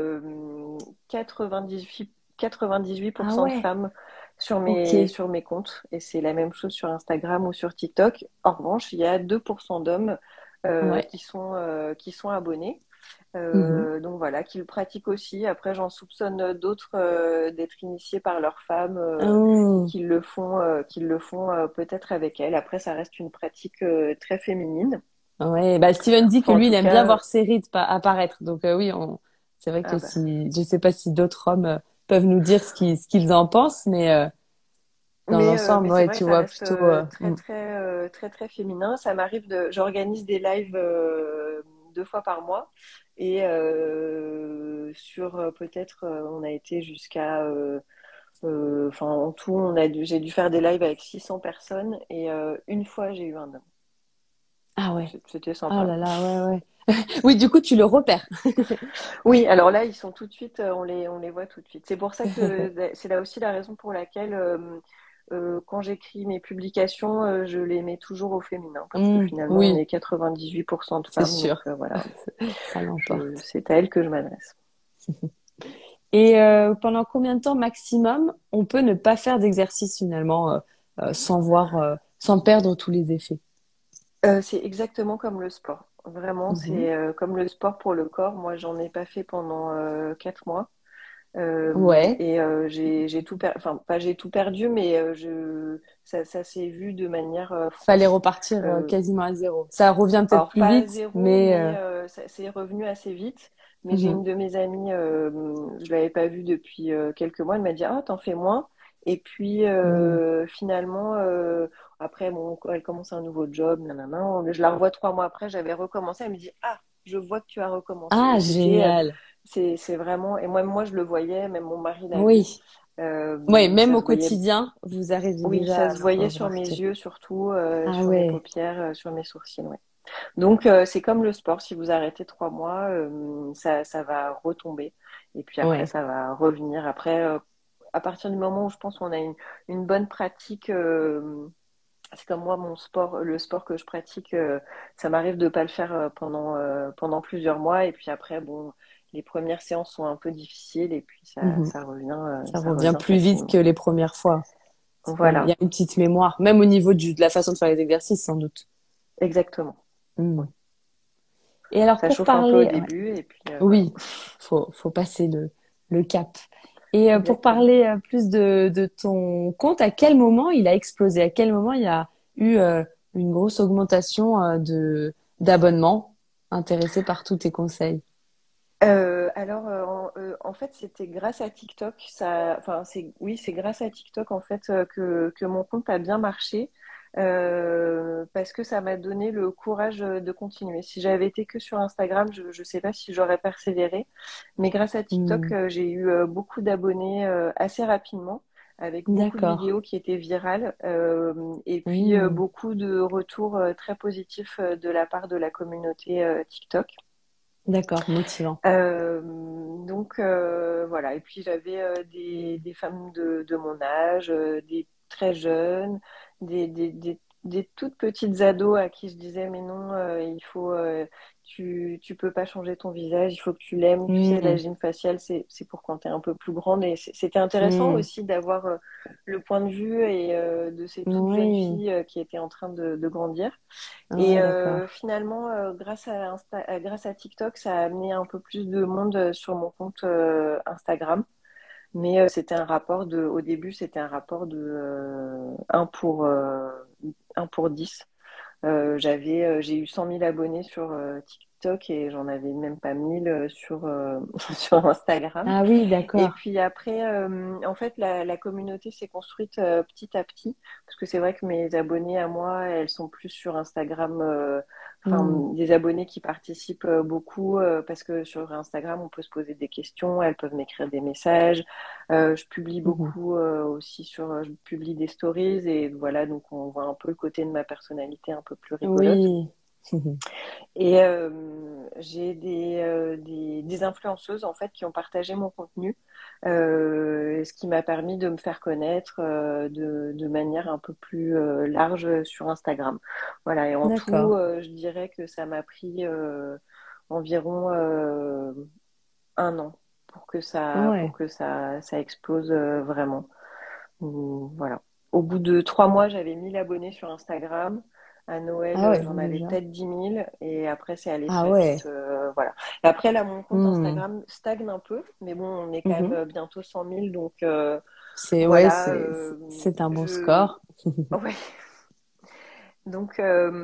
98, Ah 98% de ouais, femmes ok. sur mes comptes et c'est la même chose sur Instagram ou sur TikTok. En revanche, il y a 2% d'hommes Ouais. qui sont abonnés. Mhm. Donc voilà, qui le pratiquent aussi. Après, j'en soupçonne d'autres d'être initiés par leurs femmes et Hum. qu'ils le font peut-être avec elles. Après, ça reste une pratique très féminine. Ouais, bah Steven dit que Enfin, en lui, il tout aime bien cas, voir ses rides apparaître. Donc oui, c'est vrai que ah bah, si, je sais pas si d'autres hommes peuvent nous dire ce qu'ils en pensent, mais dans mais l'ensemble, c'est ouais, vrai que tu ça vois reste plutôt. très féminin. Ça m'arrive j'organise des lives 2 fois par mois et sur peut-être on a été jusqu'à enfin en tout j'ai dû faire des lives avec 600 personnes et une fois j'ai eu un homme. Ah Donc, ouais. c'était Oh sympa. là là, ouais, ouais. Oui, du coup, tu le repères. Oui, alors là ils sont tout de suite, on les voit tout de suite. C'est pour ça que c'est là aussi la raison pour laquelle quand j'écris mes publications, je les mets toujours au féminin parce que finalement on Oui, est 98% de c'est femmes, donc sûr. voilà, Ça l'emporte. c'est à elles que je m'adresse. Et pendant combien de temps maximum on peut ne pas faire d'exercice finalement sans voir, sans perdre tous les effets? C'est exactement comme le sport. Vraiment, Mhm. c'est comme le sport pour le corps. Moi, j'en ai pas fait pendant 4 mois. Ouais, J'ai tout perdu, enfin pas j'ai tout perdu, mais ça s'est vu de manière fallait franche. repartir Euh, quasiment à zéro. Ça revient peut-être alors plus pas à vite, zéro, mais mais ça c'est revenu assez vite. Mais j'ai mhm. une de mes amies, je l'avais pas vue depuis quelques mois, elle m'a dit ah t'en fais moins. Et puis Mhm. finalement après bon elle commence un nouveau job, nanana, je la revois 3 mois après, j'avais recommencé, elle me dit ah je vois que tu as recommencé. Ah, Et génial. c'est vraiment et moi je le voyais, même mon mari l'a vu. Oui. Oui, même Ça au se voyait, quotidien, vous arrivez oui, déjà ça à se le voyait sur mes remarquer. yeux surtout, Ah sur mes ouais. paupières, sur mes sourcils, ouais. Donc c'est comme le sport, si vous arrêtez 3 mois, ça va retomber et puis après Ouais. ça va revenir. Après, à partir du moment où je pense qu'on a une bonne pratique, c'est comme moi mon sport, le sport que je pratique, ça m'arrive de pas le faire pendant plusieurs mois et puis après bon, les premières séances sont un peu difficiles et puis Mhm. Ça ça revient revient plus vite que facilement. les premières fois. Il y Voilà, a une petite mémoire, même au niveau de la façon de faire les exercices, sans doute. exactement. Ouais. Mhm. Et alors, Ça pour chauffe un peu au parler, ouais. début et puis voilà. Oui, faut passer le cap. Et pour Exactement. parler plus de ton compte, à quel moment il a explosé? À quel moment il y a eu une grosse augmentation d'abonnements intéressés par tous tes conseils? En fait, c'était grâce à TikTok. Oui, c'est grâce à TikTok en fait que mon compte a bien marché parce que ça m'a donné le courage de continuer. Si j'avais été que sur Instagram, je ne sais pas si j'aurais persévéré. Mais grâce à TikTok, Hmm. j'ai eu beaucoup d'abonnés assez rapidement, avec beaucoup de D'accord. vidéos qui étaient virales et puis Hmm. beaucoup de retours très positifs de la part de la communauté TikTok. D'accord, motivant. Donc voilà. Et puis j'avais des femmes de mon âge, des très jeunes, des toutes petites ados à qui je disais mais non, il faut, tu peux pas changer ton visage, il faut que tu l'aimes. Tu sais, la Mm, gym faciale, c'est pour quand t'es un peu plus grande. Et c'était intéressant mm. aussi d'avoir le point de vue et de ces toutes jeunes Oui, filles qui étaient en train de grandir. Et ouais, d'accord. finalement, grâce à TikTok, ça a amené un peu plus de monde sur mon compte Instagram. Mais c'était un rapport au début, c'était un rapport de 1 pour 10. J'ai eu 100 000 abonnés sur TikTok et j'en avais même pas 1000 sur, sur Instagram. Ah oui, Et d'accord. puis après, en fait, la communauté s'est construite petit à petit, parce que c'est vrai que mes abonnés à moi, elles sont plus sur Instagram, enfin, Mm, des abonnés qui participent beaucoup, parce que sur Instagram, on peut se poser des questions, elles peuvent m'écrire des messages. Je publie mhm. beaucoup aussi je publie des stories, et voilà, donc on voit un peu le côté de ma personnalité un peu plus rigolote. Oui. Et j'ai des influenceuses en fait qui ont partagé mon contenu, ce qui m'a permis de me faire connaître de manière un peu plus large sur Instagram. Voilà, et en tout, D'accord. je dirais que ça m'a pris environ 1 an pour Ouais. que ça explose vraiment. Voilà. Au bout de 3 mois, j'avais 1000 abonnés sur Instagram. À Noël, Ah ouais, j'en avais déjà. peut-être 10 000. Et après, c'est allé Ah très vite. ouais. Voilà. Et après, là, mon compte Hmm. Instagram stagne un peu. Mais bon, on est quand même Mhm. bientôt 100 000. Donc Ouais, voilà. c'est un bon Je... score. Ouais. Donc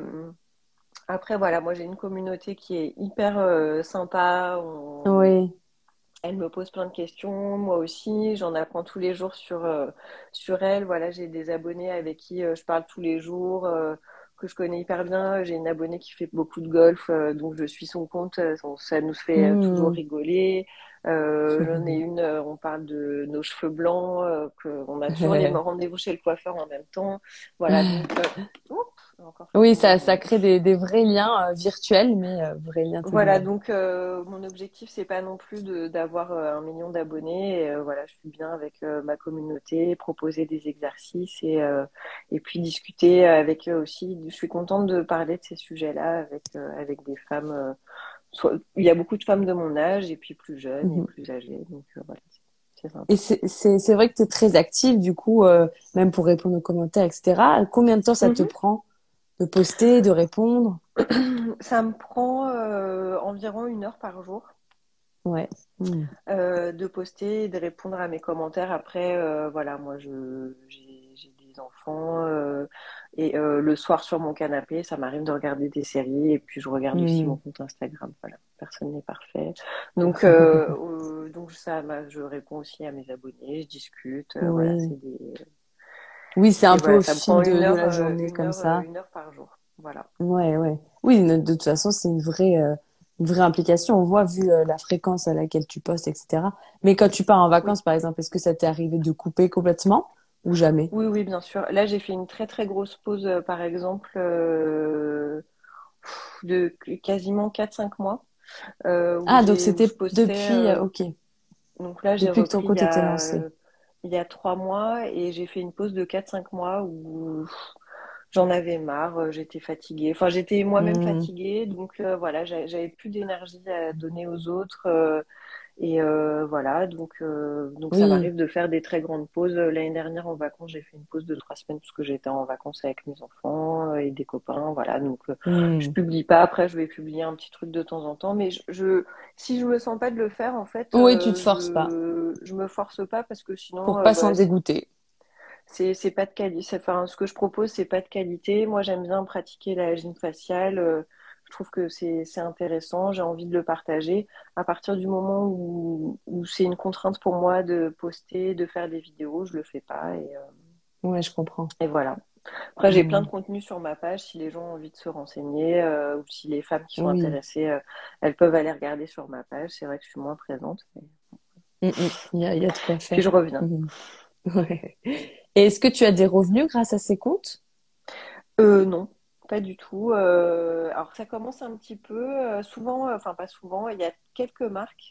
après, voilà, moi, j'ai une communauté qui est hyper sympa. Oui. Elle me pose plein de questions, moi aussi, j'en apprends tous les jours sur elle. Voilà, j'ai des abonnés avec qui je parle tous les jours, que je connais hyper bien. J'ai une abonnée qui fait beaucoup de golf, donc je suis son compte, ça nous fait toujours Hmm. rigoler. J'en ai une, on parle de nos cheveux blancs, qu'on a toujours les rendez-vous chez le coiffeur en même temps. Voilà, donc, oups, j'ai encore fait Oui, tomber ça crée des vrais liens virtuels, mais vrais liens tout de voilà, même. donc mon objectif, c'est pas non plus d'avoir 1 million d'abonnés. Et, voilà, je suis bien avec ma communauté, proposer des exercices et puis discuter avec eux aussi. Je suis contente de parler de ces sujets-là avec des femmes. Il y a beaucoup de femmes de mon âge et puis plus jeunes et Mhm. plus âgées. Donc voilà, c'est Et sympa. c'est vrai que tu es très active, du coup, même pour répondre aux commentaires, etc. Combien de temps ça te Mhm. prend de poster, de répondre? Ça me prend environ 1 heure par jour. Ouais. Hmm. De poster et de répondre à mes commentaires. Après, voilà, moi, j'ai des enfants et le soir sur mon canapé, ça m'arrive de regarder des séries et puis je regarde aussi mon Hmm. compte Instagram. Voilà, personne n'est parfait. Donc, je réponds aussi à mes abonnés, je discute. Voilà, Oui. Oui, c'est un peu voilà, au ça me prend fil une de heure, la journée comme ça. 1 heure par jour. Voilà. Ouais, ouais. Oui, de toute façon, c'est une vraie implication. On voit, vu la fréquence à laquelle tu postes, etc. Mais quand tu pars en Oui. vacances, par exemple, est-ce que ça t'est arrivé de couper complètement ou jamais? Oui, oui, bien sûr. Là, j'ai fait une très très grosse pause, par exemple, de quasiment 4 5 mois, Ah, donc où je c'était postais. depuis, ok, Donc là, j'ai depuis que ton repris compte était lancé. il y a 3 mois et j'ai fait une pause de 4 5 mois où j'en avais marre, j'étais fatiguée. Enfin, j'étais moi-même Hmm. fatiguée, donc voilà, j'avais plus d'énergie à donner aux autres. Et voilà, donc ça Oui. m'arrive de faire des très grandes pauses. L'année dernière, en vacances, j'ai fait une pause de 3 semaines parce que j'étais en vacances avec mes enfants et des copains. Voilà, donc je Hmm. publie pas. Après, je vais publier un petit truc de temps en temps, mais si je me sens pas de le faire, en fait, Oui, tu te forces pas je me force pas parce que sinon, pour pas s'en bah, dégoûter. c'est pas de qualité. Enfin, ce que je propose, c'est pas de qualité. Moi, j'aime bien pratiquer la gym faciale. Je trouve que c'est intéressant. J'ai envie de le partager. À partir du moment où c'est une contrainte pour moi de poster, de faire des vidéos, je le fais pas. Ouais, je comprends. Et voilà. Après, j'ai plein Hmm. de contenu sur ma page. Si les gens ont envie de se renseigner ou si les femmes qui sont Oui. intéressées, elles peuvent aller regarder sur ma page. C'est vrai que je suis moins présente. Hmm, hmm. Il y a de quoi Puis faire. je reviens. Hmm. Ouais. Et est-ce que tu as des revenus grâce à ces comptes? Non, pas du tout. Alors ça commence un petit peu, souvent, enfin pas souvent, il y a quelques marques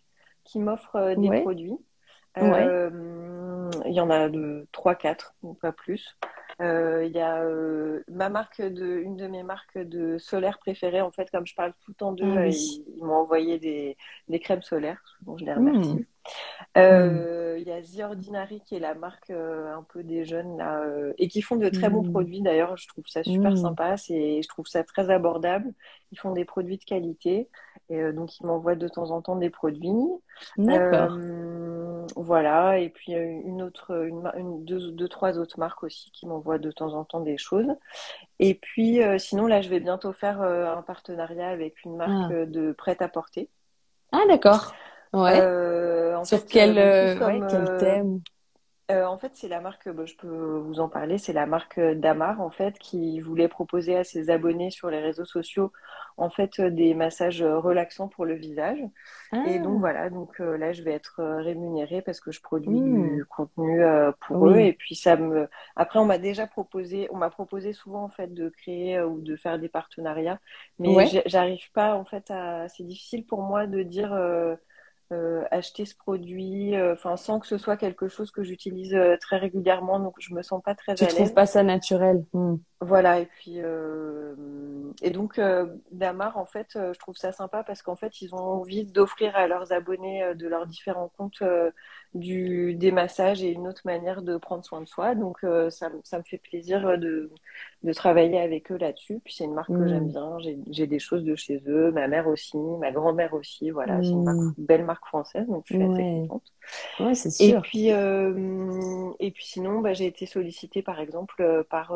qui m'offrent des Ouais, produits. ouais. Il y en a de 3, 4, ou pas plus. Il y a une de mes marques de solaire préférées. En fait, comme je parle tout le temps d'eux, Ah oui. ils m'ont envoyé des crèmes solaires, dont je les Hmm, remercie. hmm, Il y a The Ordinary qui est la marque un peu des jeunes là et qui font de très bons hmm, produits. D'ailleurs, je trouve ça super hmm. sympa. Je trouve ça très abordable. Ils font des produits de qualité et donc ils m'envoient de temps en temps des produits. D'accord. Voilà. Et puis deux, trois autres marques aussi qui m'envoient de temps en temps des choses. Et puis sinon là, je vais bientôt faire un partenariat avec une marque Ah, de prêt-à-porter. ah d'accord. Ouais. En Sur fait, quel, plus ouais, comme quel thème? en fait, c'est la marque, bah, je peux vous en parler, c'est la marque Damar, en fait, qui voulait proposer à ses abonnés sur les réseaux sociaux, en fait, des massages relaxants pour le visage. Et donc Ah, voilà, donc là, je vais être rémunérée parce que je produis hmm, du contenu pour eux. oui. Et puis après, on m'a proposé souvent en fait de créer ou de faire des partenariats, mais Ouais. j'arrive pas en fait c'est difficile pour moi de dire. Acheter ce produit, enfin sans que ce soit quelque chose que j'utilise très régulièrement, donc je me sens pas très Tu à trouves l'aise. pas ça naturel? Hmm. Voilà, et puis et donc Damar, en fait, je trouve ça sympa parce qu'en fait, ils ont envie d'offrir à leurs abonnés de leurs différents comptes des massages et une autre manière de prendre soin de soi. Donc ça me fait plaisir de travailler avec eux là-dessus. Puis c'est une marque que j'aime Hmm, bien. J'ai des choses de chez eux, ma mère aussi, ma grand-mère aussi. Voilà, c'est une hmm. belle marque française, donc je suis assez Ouais. contente. Ouais, c'est sûr. Et puis sinon, bah, j'ai été sollicitée par exemple par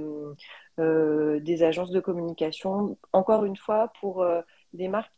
des agences de communication, encore une fois pour des marques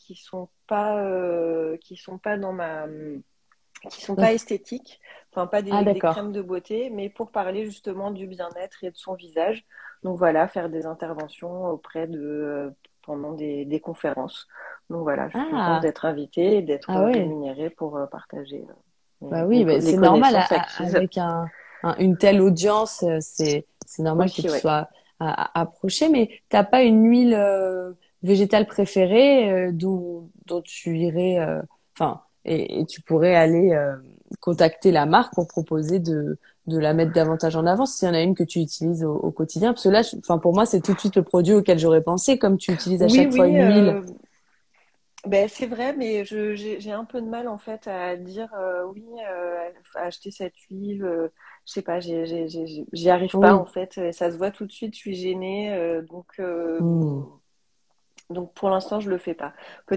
qui sont pas dans ma, qui sont pas esthétiques, enfin pas Ah, des crèmes d'accord. de beauté, mais pour parler justement du bien-être et de son visage. Donc voilà, faire des interventions pendant des conférences. Donc voilà, je suis contente Ah, d'être invitée et d'être ah ouais. rémunérée pour partager Bah oui, bah, les c'est normal connaissances acquises. avec une telle audience, c'est normal que Oui, tu ouais. sois approché, mais t'as pas une huile végétale préférée dont tu irais, enfin, et tu pourrais aller contacter la marque pour proposer de la mettre davantage en avant s'il y en a une que tu utilises au quotidien, parce que là, enfin, pour moi, c'est tout de suite le produit auquel j'aurais pensé, comme tu utilises à Oui, chaque fois oui, une huile. ben, c'est vrai, mais j'ai un peu de mal en fait à dire oui, à acheter cette huile. Je sais pas, j'y arrive pas en Oui. fait. Ça se voit tout de suite, je suis gênée. Hmm. Donc pour l'instant, je le fais pas.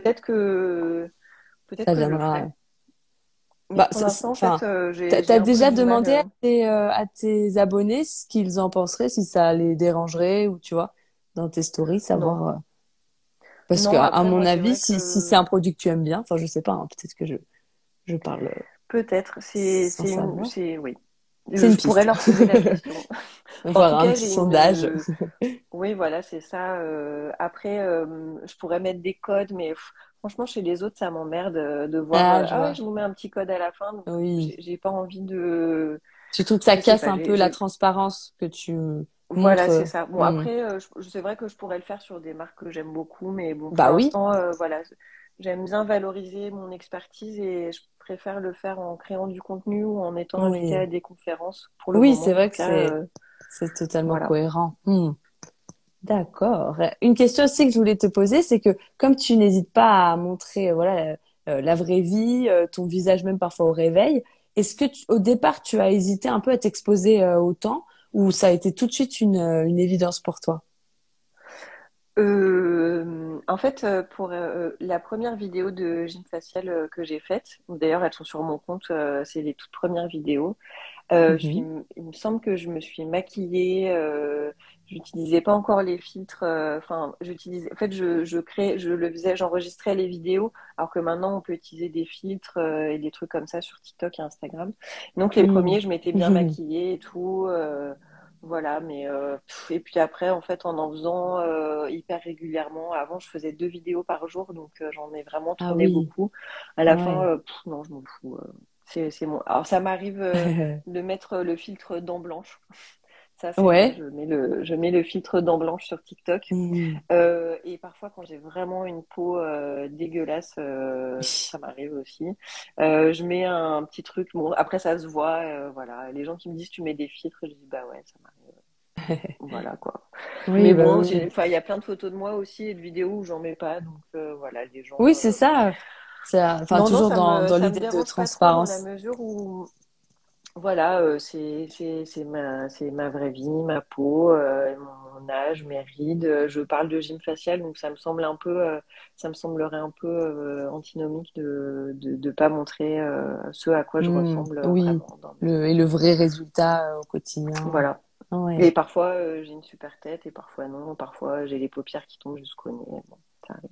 Peut-être Ça que je le ferai. viendra. Mais Bah, pour l'instant, en fait, enfin, t'as j'ai un peu déjà du mal. demandé à tes abonnés ce qu'ils en penseraient, si ça les dérangerait ou tu vois, dans tes stories, Non. savoir. Parce que, Non, à après, mon moi, c'est avis, vrai si c'est que un produit que tu aimes bien, enfin, je sais pas, hein, peut-être que je parle peut-être, sans savoir. oui. C'est une Je pourrais piste. leur poser la question. On va En faire tout un cas, petit sondage. oui, voilà, c'est ça. Après, je pourrais mettre des codes, mais franchement, chez les autres, ça m'emmerde de voir. Ah, je Ah ouais, vois. je vous mets un petit code à la fin. Donc, Oui. j'ai pas envie de. Tu trouves que ça Je sais casse pas. un peu la transparence que tu Voilà, c'est montres. ça. Bon, Hmm. après, c'est vrai que je pourrais le faire sur des marques que j'aime beaucoup, mais bon, pour Bah oui. l'instant, voilà, j'aime bien valoriser mon expertise et je préfère le faire en créant du contenu ou en étant invitée à Oui. des conférences pour le Oui, moment, c'est en tout vrai que cas. c'est totalement Voilà. cohérent. Hmm. D'accord. Une question aussi que je voulais te poser, c'est que comme tu n'hésites pas à montrer voilà la vraie vie, ton visage même parfois au réveil, est-ce que au départ tu as hésité un peu à t'exposer autant ou ça a été tout de suite une évidence pour toi? En fait, pour la première vidéo de gym facial que j'ai faite, d'ailleurs elles sont sur mon compte, c'est les toutes premières vidéos. Mhm. Il me semble que je me suis maquillée, j'utilisais pas encore les filtres. Enfin, j'utilisais. En fait, je le faisais, j'enregistrais les vidéos, alors que maintenant on peut utiliser des filtres et des trucs comme ça sur TikTok et Instagram. Donc les Hmm. premiers, je m'étais bien maquillée et tout. Voilà, et puis après, en fait, en faisant hyper régulièrement. Avant, je faisais 2 vidéos par jour, donc j'en ai vraiment Ah tourné oui, beaucoup. À la fin, ouais. non, je m'en fous. C'est bon. Alors ça m'arrive de mettre le filtre dent blanche. Ça, c'est vrai. Ouais. Je mets le filtre dent blanche sur TikTok. Mm. Et parfois, quand j'ai vraiment une peau dégueulasse, ça m'arrive aussi. Je mets un petit truc. Bon, après, ça se voit. Voilà. Les gens qui me disent, tu mets des filtres, je dis, bah ouais, ça m'arrive. Voilà, quoi. Oui, Mais bah bon, oui. enfin, il y a plein de photos de moi aussi et de vidéos où j'en mets pas. Donc, voilà, les gens. Oui, c'est ça. Enfin, Non, non, toujours dans ça me l'idée de dérange pas trop dans la transparence. mesure où voilà, c'est ma vraie vie, ma peau, mon âge, mes rides. Je parle de gym facial, donc ça me semblerait un peu antinomique de pas montrer ce à quoi je ressemble Oui, vraiment dans et le vrai résultat au quotidien. voilà. Ouais. Et parfois j'ai une super tête et parfois non. Parfois j'ai les paupières qui tombent jusqu'au nez. Bon, ça arrive.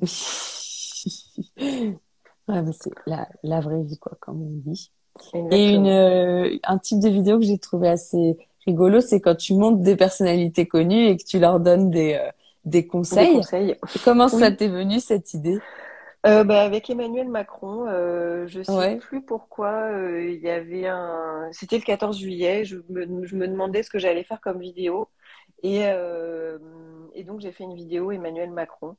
Ouais, mais c'est la vraie vie, quoi, comme on dit. Et Exactement. un type de vidéo que j'ai trouvé assez rigolo, c'est quand tu montes des personnalités connues et que tu leur donnes des Des conseils. conseils? Comment ça Oui. t'est venu, cette idée? Bah, avec Emmanuel Macron, je sais Ouais. plus pourquoi il y avait un. C'était le 14 juillet. Je me demandais ce que j'allais faire comme vidéo et donc j'ai fait une vidéo Emmanuel Macron.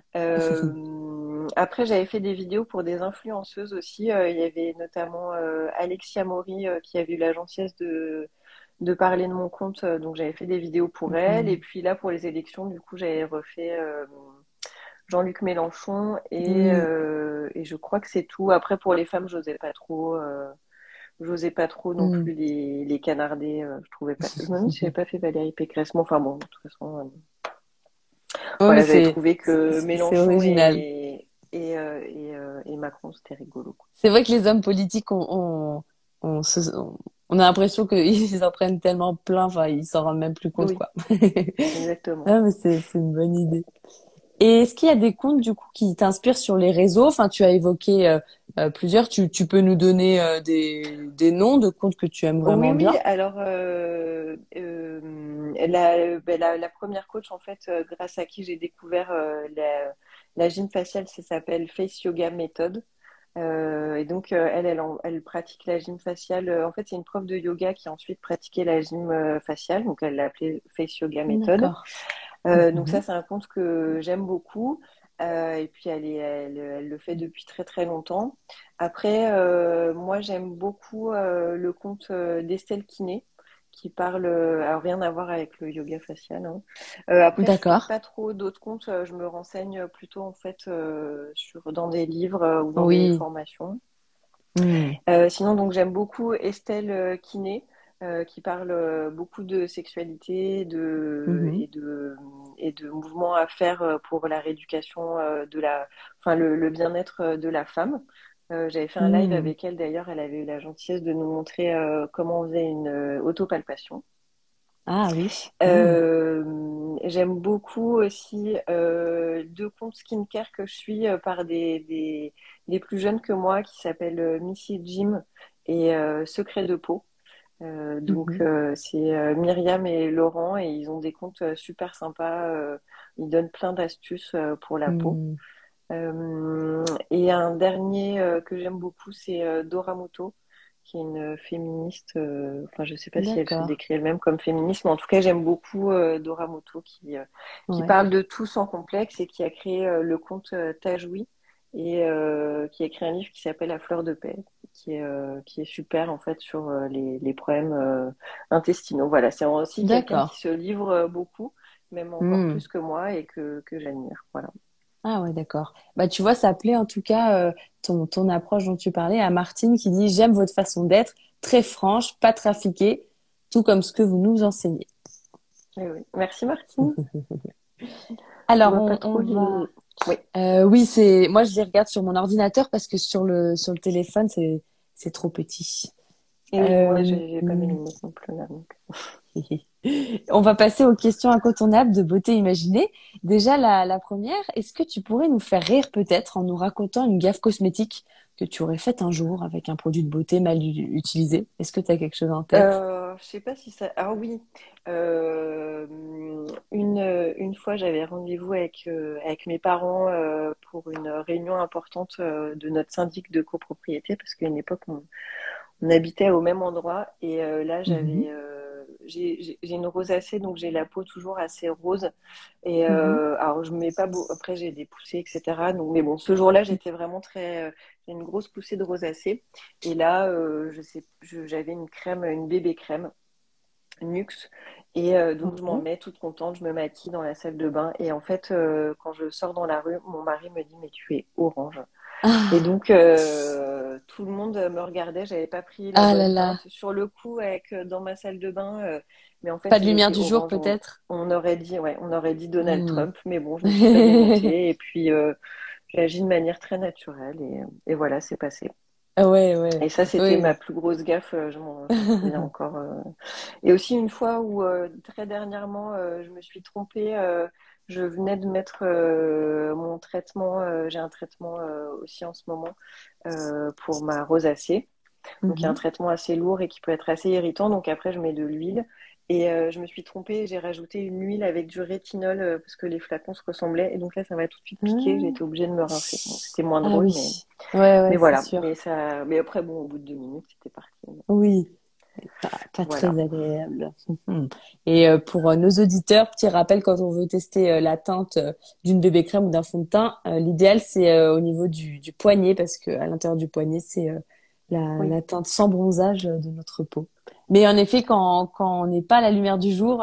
Après j'avais fait des vidéos pour des influenceuses aussi. Il y avait notamment Alexia Maury qui avait eu la gentillesse de parler de mon compte. Donc j'avais fait des vidéos pour elle. Et Mm. puis là pour les élections, du coup j'avais refait. Jean-Luc Mélenchon Oui. et je crois que c'est tout. Après, pour les femmes, j'osais pas trop non Mm. plus les canarder. Je trouvais pas. Je me demande si j'avais pas fait Valérie Pécresse. Mais enfin bon, de toute façon, Ouais, mais voilà, j'avais trouvé que c'est Mélenchon original. et Macron, c'était rigolo, quoi. C'est vrai que les hommes politiques, on a l'impression qu'ils en prennent tellement plein, enfin, ils s'en rendent même plus compte, Oui, quoi. exactement. Ah, mais c'est une bonne idée. Et est-ce qu'il y a des comptes, du coup, qui t'inspirent sur les réseaux? Enfin, tu as évoqué plusieurs. Tu peux nous donner des noms de comptes que tu aimes Oui, vraiment oui. bien? Alors, la première coach, en fait, grâce à qui j'ai découvert la gym faciale, ça s'appelle Face Yoga Method. Et donc, elle pratique la gym faciale. En fait, c'est une prof de yoga qui a ensuite pratiqué la gym faciale. Donc, elle l'a appelée Face Yoga Method. D'accord. Donc, ça, Mhm. c'est un compte que j'aime beaucoup. Et puis, elle le fait depuis très, très longtemps. Après, moi, j'aime beaucoup le compte d'Estelle Kiné, qui parle, alors rien à voir avec le yoga facial, hein. Après, je suis D'accord. pas trop d'autres comptes. Je me renseigne plutôt en fait dans des livres ou dans des Oui. formations. Hmm. Sinon, donc j'aime beaucoup Estelle Kiné, qui parle beaucoup de sexualité, Mhm. et de mouvements à faire pour la rééducation enfin le bien-être de la femme. J'avais fait un live Hmm. avec elle d'ailleurs. Elle avait eu la gentillesse de nous montrer comment on faisait une autopalpation. Ah oui. Hmm. J'aime beaucoup aussi deux comptes skincare que je suis par des plus jeunes que moi qui s'appellent Missy Jim et Secret de peau. Mhm. C'est Myriam et Laurent et ils ont des comptes super sympas. Ils donnent plein d'astuces pour la peau. Hmm. Et un dernier que j'aime beaucoup, c'est Dora Muto, qui est une féministe. Enfin, je sais pas si elle se D'accord. décrit elle-même comme féministe, mais en tout cas, j'aime beaucoup Dora Muto qui Ouais. parle de tout sans complexe et qui a créé le conte Tajoui et qui a écrit un livre qui s'appelle La fleur de paix, qui est super en fait sur les problèmes intestinaux. Voilà, c'est aussi quelqu'un D'accord. qui se livre beaucoup, même encore Hmm. plus que moi et que j'admire. Voilà. Ah ouais, d'accord. Bah, tu vois, ça plaît en tout cas ton approche dont tu parlais à Martine qui dit j'aime votre façon d'être, très franche, pas trafiquée, tout comme ce que vous nous enseignez. Eh oui. Merci Martine. Je Alors vois pas on trop va. les. Oui. Oui, c'est moi je les regarde sur mon ordinateur parce que sur le téléphone c'est trop petit. Et oui, moi Euh, j'ai pas mes limites non plus là. Donc. On va passer aux questions incontournables de beauté imaginée. Déjà, la première, est-ce que tu pourrais nous faire rire peut-être en nous racontant une gaffe cosmétique que tu aurais faite un jour avec un produit de beauté mal utilisé? Est-ce que tu as quelque chose en tête? Je sais pas si ça. Ah oui. Euh, une fois, j'avais rendez-vous avec mes parents pour une réunion importante de notre syndic de copropriété parce qu'à une époque on habitait au même endroit et là Mhm. j'ai une rosacée, donc j'ai la peau toujours assez rose. Et Mhm. alors, je mets pas beau. Après, j'ai des poussées, etc. Donc, mais bon, ce jour-là, j'étais vraiment très. J'ai une grosse poussée de rosacée. Et là, j'avais une crème, une bébé crème. Nuxe. Et donc, je m'en Ok. mets toute contente, je me maquille dans la salle de bain. Et en fait, quand je sors dans la rue, mon mari me dit, mais tu es orange. Et Ah, donc, tout le monde me regardait. J'avais pas pris la ah là bonne là. teinte sur le coup avec, dans ma salle de bain. Mais en Pas fait, de lumière j'étais du jour, orange. peut-être? On aurait dit, ouais, on aurait dit Donald Hmm. Trump. Mais bon, je me suis pas démontée. Et puis, j'ai agi de manière très naturelle. Et voilà, c'est passé. Ah ouais, ouais. Et ça, c'était Oui. ma plus grosse gaffe. Je m'en souviens encore. Et aussi une fois où très dernièrement, je me suis trompée. Je venais de mettre mon traitement. J'ai un traitement aussi en ce moment pour ma rosacée. Donc il y a un Mhm. traitement assez lourd et qui peut être assez irritant. Donc après, je mets de l'huile. Et je me suis trompée. J'ai rajouté une huile avec du rétinol parce que les flacons se ressemblaient. Et donc là, ça m'a tout de suite piqué. J'ai été Ah, obligée de me rincer. Bon, c'était moins ah drôle, oui. Ouais, mais ouais, c'est voilà. sûr. Mais après, bon, au bout de 2 minutes, c'était parti. Oui. Pas Voilà. très agréable. Mhm. Et pour nos auditeurs, petit rappel, quand on veut tester la teinte d'une bébé crème ou d'un fond de teint, l'idéal c'est au niveau du poignet parce que à l'intérieur du poignet c'est Oui. la teinte sans bronzage de notre peau. Mais en effet, quand on n'est pas à la lumière du jour,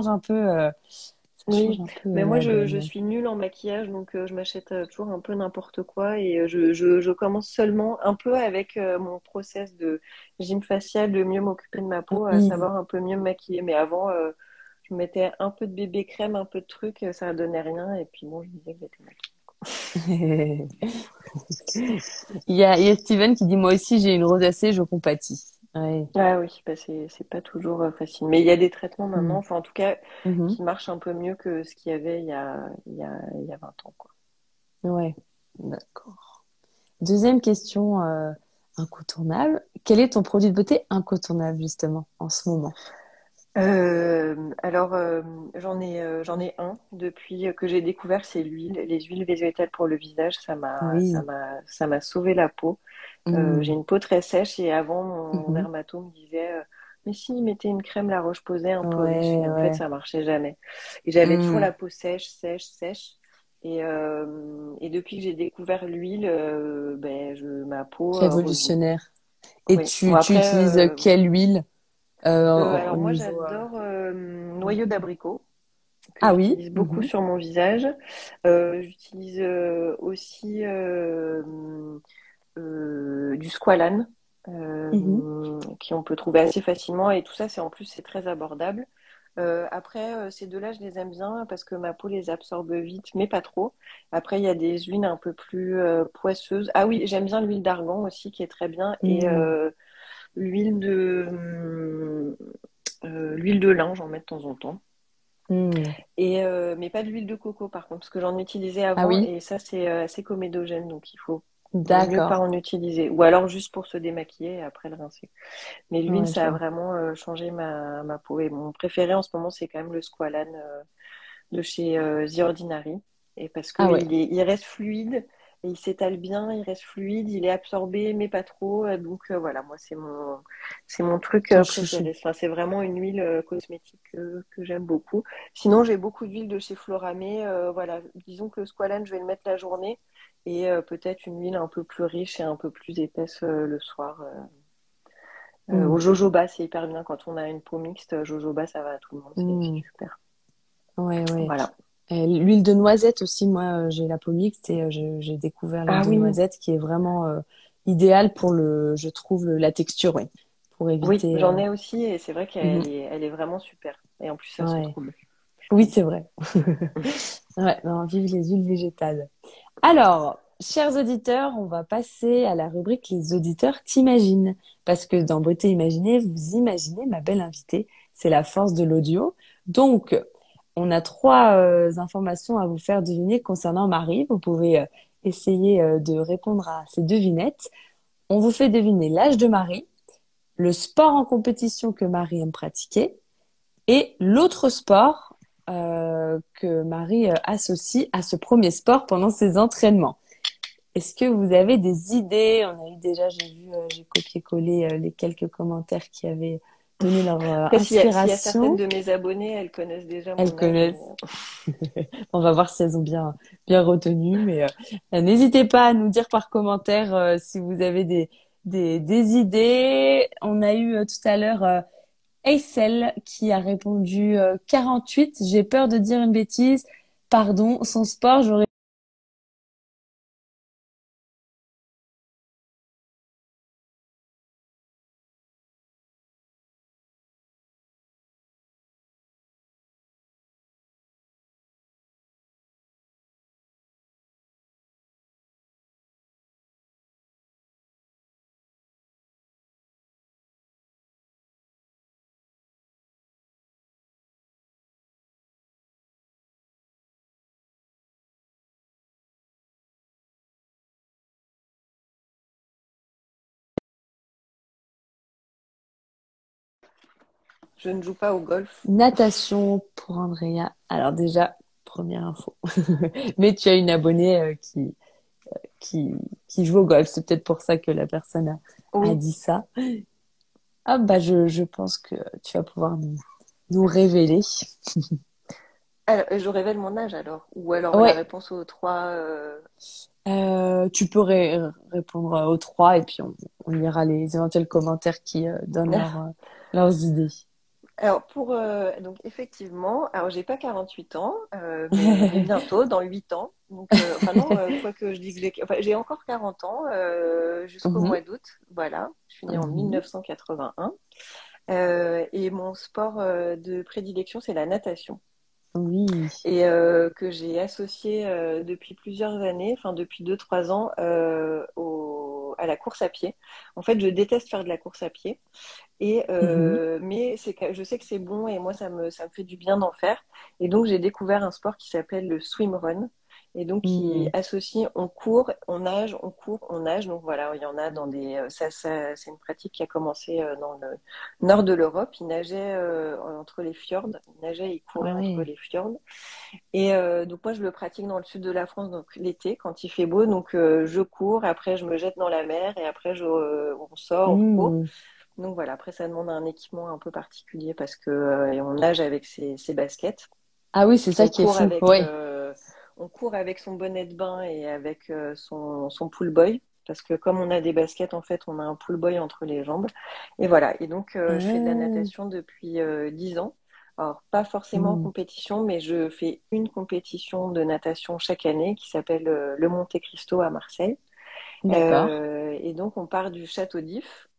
ça change Oui, un peu mais moi la je donne. suis nulle en maquillage, donc je m'achète toujours un peu n'importe quoi et je commence seulement un peu avec mon process de gym facial, de mieux m'occuper de ma peau, à Oui. savoir un peu mieux me maquiller. Mais avant, je mettais un peu de bébé crème, un peu de trucs, ça donnait rien et puis bon, je me disais que j'étais maquillée. Il y a Steven qui dit moi aussi j'ai une rosacée, je compatis. Ouais. Ah oui, bah c'est pas toujours facile. Mais il y a des traitements maintenant, Mm. enfin en tout cas, Mhm. qui marchent un peu mieux que ce qu'il y avait il y a 20 ans, quoi. Ouais. D'accord. Deuxième question incontournable. Quel est ton produit de beauté incontournable justement en ce moment? Alors, j'en ai un depuis que j'ai découvert, c'est les huiles végétales pour le visage. Oui. Ça m'a sauvé la peau. J'ai Mm. une peau très sèche et avant, mon Mhm. dermato me disait, mais si, mettez une crème La Roche-Posay un peu riche. Ouais, Et en fait, ouais. ça marchait jamais. Et j'avais toujours Mm. la peau sèche, sèche, sèche. Et depuis que j'ai découvert l'huile, ma peau revit. Révolutionnaire. Et Oui. Bon, tu après, utilises quelle huile au alors moi, niveau j'adore noyau d'abricot que Ah oui. j'utilise beaucoup Mhm. sur mon visage. J'utilise aussi du squalane Mhm. qui on peut trouver assez facilement et tout ça, c'est en plus c'est très abordable. Après, ces deux-là, je les aime bien parce que ma peau les absorbe vite, mais pas trop. Après, il y a des huiles un peu plus poisseuses. Ah oui, j'aime bien l'huile d'argan aussi qui est très bien et Mm. l'huile l'huile de lin, j'en mets de temps en temps. Mm. Et, mais pas de l'huile de coco par contre, parce que j'en utilisais Ah avant oui. et ça c'est assez comédogène, donc vaut mieux pas D'accord. en utiliser. Ou alors juste pour se démaquiller et après le rincer. Mais l'huile, Ouais, je ça a vois. vraiment changé ma peau. Et mon préféré en ce moment, c'est quand même le squalane de chez The Ordinary. Et parce que Ah ouais. il reste fluide, et il s'étale bien, il reste fluide, il est absorbé, mais pas trop. Donc voilà, moi c'est mon truc Ton chouchou. préféré. Enfin, c'est vraiment une huile cosmétique que j'aime beaucoup. Sinon, j'ai beaucoup d'huile de chez Floramé. Voilà, disons que le squalane, je vais le mettre la journée. Et peut-être une huile un peu plus riche et un peu plus épaisse le soir. Au Mm. jojoba, c'est hyper bien. Quand on a une peau mixte, jojoba, ça va à tout le monde. C'est Mm. super. Ouais, ouais. Voilà. L'huile de noisette aussi, moi, j'ai la peau mixte et j'ai découvert l'huile Ah de oui, noisette qui est vraiment idéale pour je trouve, la texture, ouais, pour oui, éviter. j'en ai aussi et c'est vrai Mhm. elle est vraiment super. Et en plus, elles sont Ouais. trop belles. Oui, c'est vrai. Ouais, non, vive les huiles végétales. Alors, chers auditeurs, on va passer à la rubrique Les auditeurs t'imaginent. Parce que dans Beauté imaginée, vous imaginez ma belle invitée. C'est la force de l'audio. Donc, on a trois informations à vous faire deviner concernant Marie. Vous pouvez essayer de répondre à ces devinettes. On vous fait deviner l'âge de Marie, le sport en compétition que Marie aime pratiquer et l'autre sport que Marie associe à ce premier sport pendant ses entraînements. Est-ce que vous avez des idées? On a eu déjà, j'ai copié-collé les quelques commentaires donner leur Après, s'il y a certaines inspiration. de mes abonnées, elles connaissent déjà Elles mon âge, mais connaissent. On va voir si elles ont bien retenu. Mais n'hésitez pas à nous dire par commentaire si vous avez des idées. On a eu tout à l'heure Aicel qui a répondu 48. J'ai peur de dire une bêtise. Pardon, son sport, j'aurais... je ne joue pas au golf. Natation pour Andrea. Alors déjà, première info. Mais tu as une abonnée qui, qui joue au golf. C'est peut-être pour ça que la personne a Oui. dit ça. Ah bah je pense que tu vas pouvoir nous révéler. Alors, je révèle mon âge alors. Ou alors la Ouais, réponse aux trois. tu peux répondre aux trois et puis on lira les éventuels commentaires qui donnent leurs idées. Alors donc effectivement, alors j'ai pas 48 ans, mais bientôt, dans 8 ans. Donc enfin non, quoi que je dis que j'ai encore 40 ans jusqu'au Mhm, mois d'août. Voilà, je suis née en mhm. 1981. Et mon sport de prédilection, c'est la natation. Oui. Et que j'ai associé depuis plusieurs années, enfin depuis 2 3 ans, à la course à pied. En fait, je déteste faire de la course à pied. Mhm. Mais je sais que c'est bon et moi ça me fait du bien d'en faire. Et donc j'ai découvert un sport qui s'appelle le swimrun et donc qui Mhm. associe on court, on nage, on court, on nage. Donc voilà, il y en a dans des c'est une pratique qui a commencé dans le nord de l'Europe. Ils nageaient entre les fjords, ils nageaient et ils couraient Ah entre ouais. les fjords. Et donc moi je le pratique dans le sud de la France donc l'été quand il fait beau. Donc je cours, après je me jette dans la mer et après on sort, on court. Mhm. Donc voilà, après ça demande un équipement un peu particulier parce que et on nage avec ses baskets. Ah oui, c'est ça On qui est court fou. avec Ouais. euh, on court avec son bonnet de bain et avec son pull boy parce que comme on a des baskets en fait, on a un pull boy entre les jambes. Et voilà, et donc je fais de la Ah. natation depuis 10 ans. Alors pas forcément en Mhm. compétition, mais je fais une compétition de natation chaque année qui s'appelle le Monte Cristo à Marseille. D'accord. Et donc, on part du Château d'If,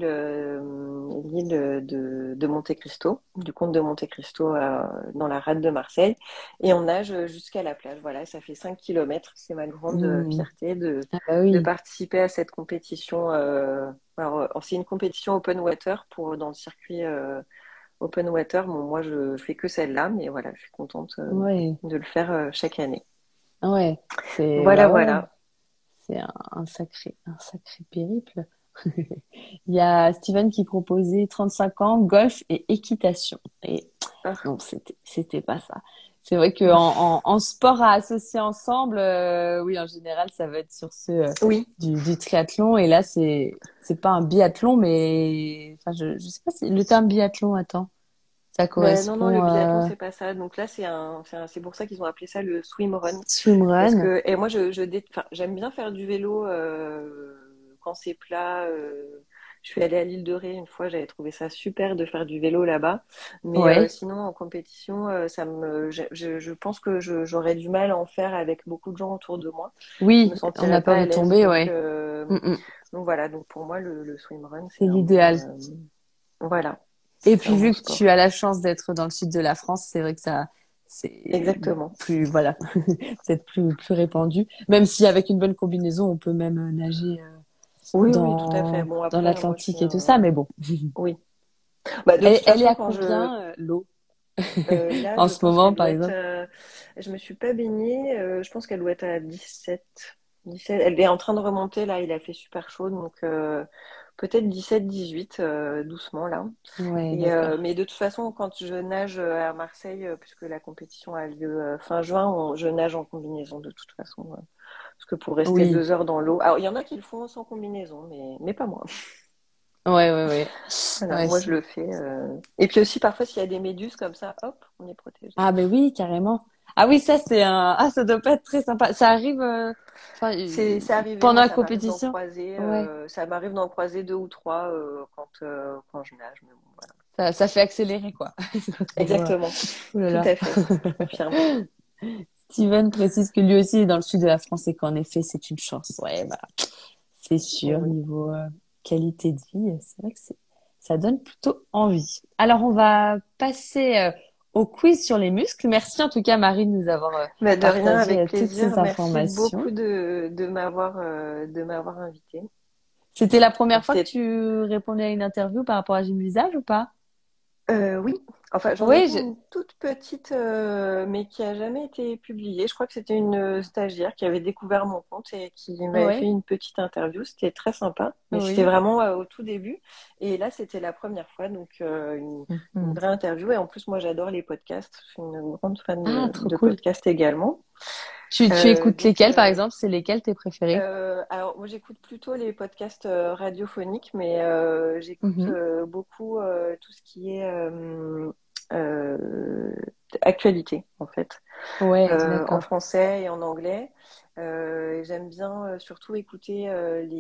l'île de Monte Cristo, du comte de Monte Cristo dans la rade de Marseille, et on nage jusqu'à la plage. Voilà, ça fait 5 kilomètres. C'est ma grande Mhm. fierté Ah bah de oui. participer à cette compétition. Alors, c'est une compétition open water dans le circuit open water. Bon, moi, je fais que celle-là, mais voilà, je suis contente Ouais. de le faire chaque année. Ouais. C'est Voilà, bah ouais. voilà. C'est un sacré périple. Il y a Steven qui proposait 35 ans, golf et équitation. Et Ah, non, c'était pas ça. C'est vrai que en sport à associer ensemble, oui, en général, ça va être sur ceux oui. du triathlon. Et là, c'est pas un biathlon, mais enfin, je sais pas si le terme biathlon, attends, ça Ben, non, non, le correspond biathlon, c'est pas ça. Donc là, c'est pour ça qu'ils ont appelé ça le swimrun. Parce swimrun. que, et moi, enfin, j'aime bien faire du vélo quand c'est plat. Je suis allée à l'île de Ré une fois, j'avais trouvé ça super de faire du vélo là-bas. Mais Ouais. sinon, en compétition, je pense que j'aurais du mal à en faire avec beaucoup de gens autour de moi. Je me Oui, on sentirais a peur pas de à l'aise. tomber, ouais. Mm, mm. Donc voilà, donc pour moi, le swimrun, C'est c'est un peu, l'idéal. voilà, Et c'est puis un bon vu que tu sport. as la chance d'être dans le sud de la France, c'est vrai que ça, c'est Exactement. plus, voilà, peut-être plus répandu. Même si avec une bonne combinaison, on peut même nager Oui, oui, tout à fait. Bon, dans après, moi, je suis l'Atlantique et tout ça, mais bon. Oui. Bah, de toute Elle est façon, à combien l'eau là, en je ce pense moment, qu'elle par doit être. exemple? Je me suis pas baignée. Je pense qu'elle doit être à 17. 17. Elle est en train de remonter, là. Il a fait super chaud. Donc, peut-être 17, 18, doucement, là. Ouais, d'accord. Mais de toute façon, quand je nage à Marseille, puisque la compétition a lieu fin juin, je nage en combinaison, de toute façon. Parce que pour rester Oui. 2 heures dans l'eau. Alors, il y en a qui le font sans combinaison, mais pas moi. Ouais, ouais, ouais. Voilà, Ouais. moi je le fais. Et puis aussi parfois s'il y a des méduses comme ça, hop, on est protégé. Ah, ben oui, carrément. Ah oui, ça, ça doit pas être très sympa. Ça arrive, enfin, C'est arrivé, pendant moi la ça m'arrive d'en compétition? croiser, Ouais. deux ou trois quand je nage, mais bon, voilà. Ça fait accélérer, quoi. On voit. Exactement, Oh là tout là. à fait, je confirme. Steven précise que lui aussi est dans le sud de la France et qu'en effet, c'est une chance. Ouais, bah, c'est Et sûr, oui. niveau qualité de vie, c'est vrai que ça donne plutôt envie. Alors, on va passer au quiz sur les muscles. Merci en tout cas, Marie, de nous avoir Bah, de rien, partagé avec toutes ces plaisir. Merci informations. beaucoup de m'avoir invité. C'était la première fois que C'était tu répondais à une interview par rapport à Gym Visage ou pas? Oui, enfin j'en ai Oui, fait une toute petite, mais qui a jamais été publiée. Je crois que c'était une stagiaire qui avait découvert mon compte et qui m'avait fait ouais, une petite interview. C'était très sympa, mais c'était oui. vraiment au tout début. Et là, c'était la première fois, donc une Mhm. vraie interview. Et en plus, moi, j'adore les podcasts. Je suis une grande fan Ah, trop de cool. podcasts également. Tu écoutes Donc, lesquels, par exemple? C'est lesquels tes préférés? alors moi j'écoute plutôt les podcasts radiophoniques, mais j'écoute Mhm. beaucoup tout ce qui est euh, actualité en fait, Ouais, en d'accord. français et en anglais. Et j'aime bien surtout écouter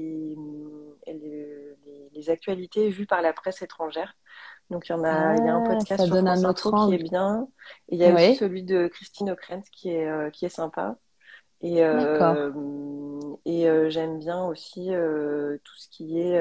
les actualités vues par la presse étrangère. Donc il y a un Ah, podcast ça sur donne un France autre Info qui est angle. bien, et il y a aussi Oui, celui de Christine O'Krent qui est sympa. Et, d'accord. j'aime bien aussi tout ce qui est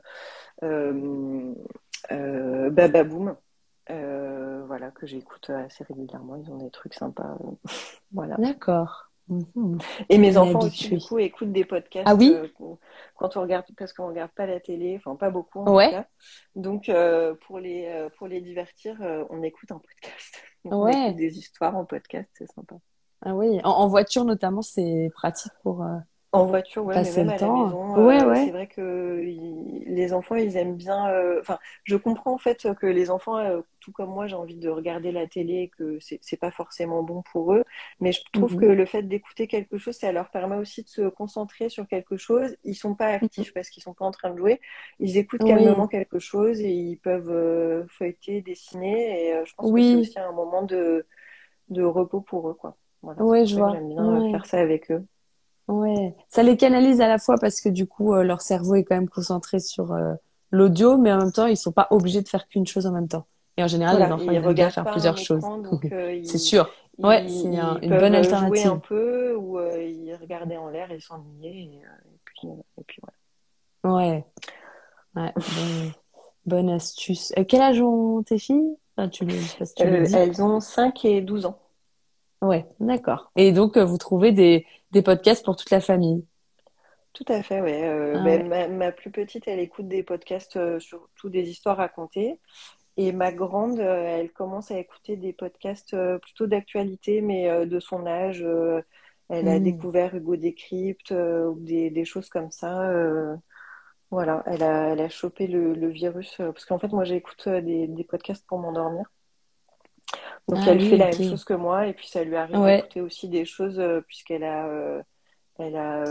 euh, Bababoom, voilà, que j'écoute assez régulièrement. Ils ont des trucs sympas. Voilà. D'accord. Mhm. Et mes On est enfants aussi, du habitué. coup, écoutent des Ah podcasts oui? quand on regarde, parce qu'on regarde pas la télé, enfin pas beaucoup en tout Ouais, cas. Donc, pour les divertir, on écoute un podcast. Donc, on écoute ouais. des histoires en podcast, c'est sympa. Ah oui. En voiture, notamment, c'est pratique pour En voiture, ouais, mais passer même le à la temps. maison, Ouais, c'est ouais. vrai que les enfants, ils aiment bien. Enfin, je comprends en fait que les enfants, tout comme moi, j'ai envie de regarder la télé et que c'est pas forcément bon pour eux. Mais je trouve que Mhm. le fait d'écouter quelque chose, ça leur permet aussi de se concentrer sur quelque chose. Ils sont pas actifs Mhm. parce qu'ils sont pas en train de jouer. Ils écoutent calmement Oui, quelque chose et ils peuvent feuilleter, dessiner. Et je pense que c'est oui, aussi un moment de repos pour eux, quoi. Voilà, c'est ouais, pour je ça que vois. j'aime bien Ouais. faire ça avec eux. Ouais, ça les canalise à la fois parce que du coup leur cerveau est quand même concentré sur l'audio, mais en même temps ils sont pas obligés de faire qu'une chose en même temps. Et en général les Voilà, enfants ils ils aiment bien regardent faire pas un plusieurs choses. écran, donc C'est sûr. Ouais, c'est ils une bonne peuvent jouer un alternative. peu ou ils regardaient en l'air et s'ennuyer. Et puis voilà. Ouais, ouais, bonne astuce. Quel âge ont tes filles? Enfin, je sais pas si tu le dis. Elles ont 5 et 12 ans. Ouais, d'accord. Et donc vous trouvez des podcasts pour toute la famille. Tout à fait, ouais. Ah ouais. Ma plus petite, elle écoute des podcasts surtout des histoires racontées. Et ma grande, elle commence à écouter des podcasts plutôt d'actualité, mais de son âge. Elle a Hmm. découvert Hugo Décrypte ou des choses comme ça. Voilà, elle a chopé le virus. Parce qu'en fait, moi, j'écoute des podcasts pour m'endormir. Donc, Ah elle fait oui, la même ok. chose que moi. Et puis, ça lui arrive Ouais. d'écouter aussi des choses, puisqu'elle a, elle a,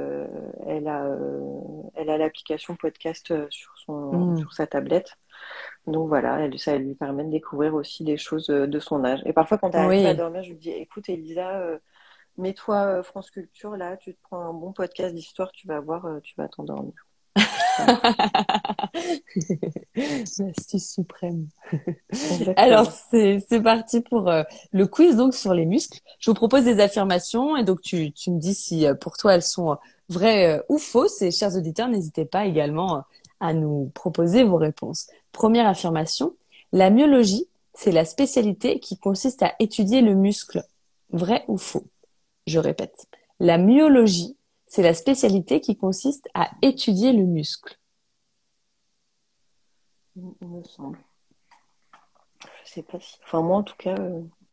elle a l'application podcast Hmm. sur sa tablette. Donc, voilà, ça lui permet de découvrir aussi des choses de son âge. Et parfois, quand elle n'arrive pas à Oui. dormir, je lui dis, écoute, Elisa, mets-toi France Culture, là, tu te prends un bon podcast d'histoire, tu vas voir, tu vas t'endormir. Voilà, L'astuce suprême. Alors, exactement. c'est parti pour le quiz donc sur les muscles. Je vous propose des affirmations et donc tu me dis si pour toi elles sont vraies ou fausses. Et chers auditeurs, n'hésitez pas également à nous proposer vos réponses. Première affirmation, la myologie, c'est la spécialité qui consiste à étudier le muscle. Vrai ou faux? Je répète. La myologie, c'est la spécialité qui consiste à étudier le muscle. Il me semble. Je sais pas si. Enfin, moi, en tout cas,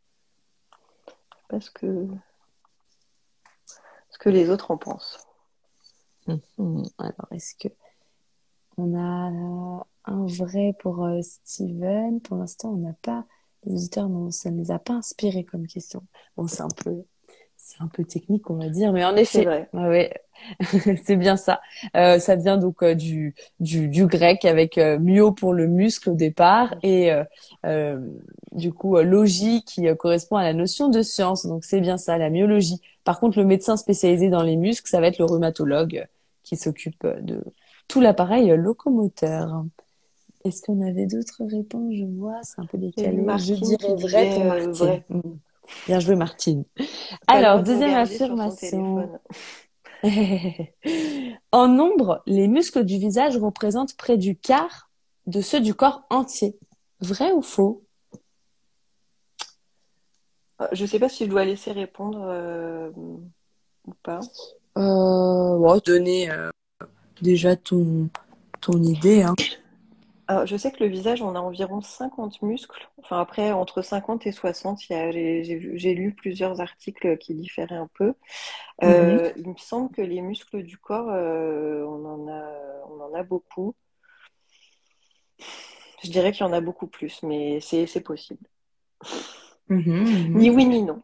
pas ce que les autres en pensent. Alors, est-ce que on a un vrai pour Steven? Pour l'instant, on n'a pas. Les auditeurs, non, ça ne les a pas inspirés comme question. Bon, c'est un peu technique, on va dire, mais en C'est effet, vrai. ouais, c'est bien ça. Ça vient donc du grec avec myo pour le muscle au départ et euh, du coup logie qui correspond à la notion de science. Donc c'est bien ça, la myologie. Par contre, le médecin spécialisé dans les muscles, ça va être le rhumatologue qui s'occupe de tout l'appareil locomoteur. Est-ce qu'on avait d'autres réponses? Je vois, c'est un peu J'ai vu décalé. Je Martine qui dirais vrai disait pour Martine. vrai. Bien joué, Martine. Pas le Alors, droit de deuxième regarder sur son affirmation. téléphone. En nombre, les muscles du visage représentent près du quart de ceux du corps entier. Vrai ou faux? Je sais pas si je dois laisser répondre ou pas. Ouais, donner déjà ton idée, hein. Alors, je sais que le visage, on a environ 50 muscles. Enfin, après, entre 50 et 60, j'ai lu plusieurs articles qui différaient un peu. Mhm. Il me semble que les muscles du corps, on en a beaucoup. Je dirais qu'il y en a beaucoup plus, mais c'est possible. Mhm, Ni oui, ni non.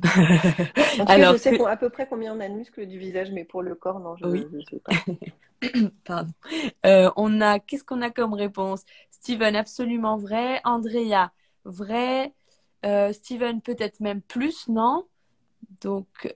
En tout cas, je Alors sais que, à peu près combien on a de muscles du visage, mais pour le corps, non, je oui, ne sais pas. pardon. Qu'est-ce qu'on a comme réponse? Steven, absolument vrai. Andrea, vrai. Steven, peut-être même plus, non? Donc,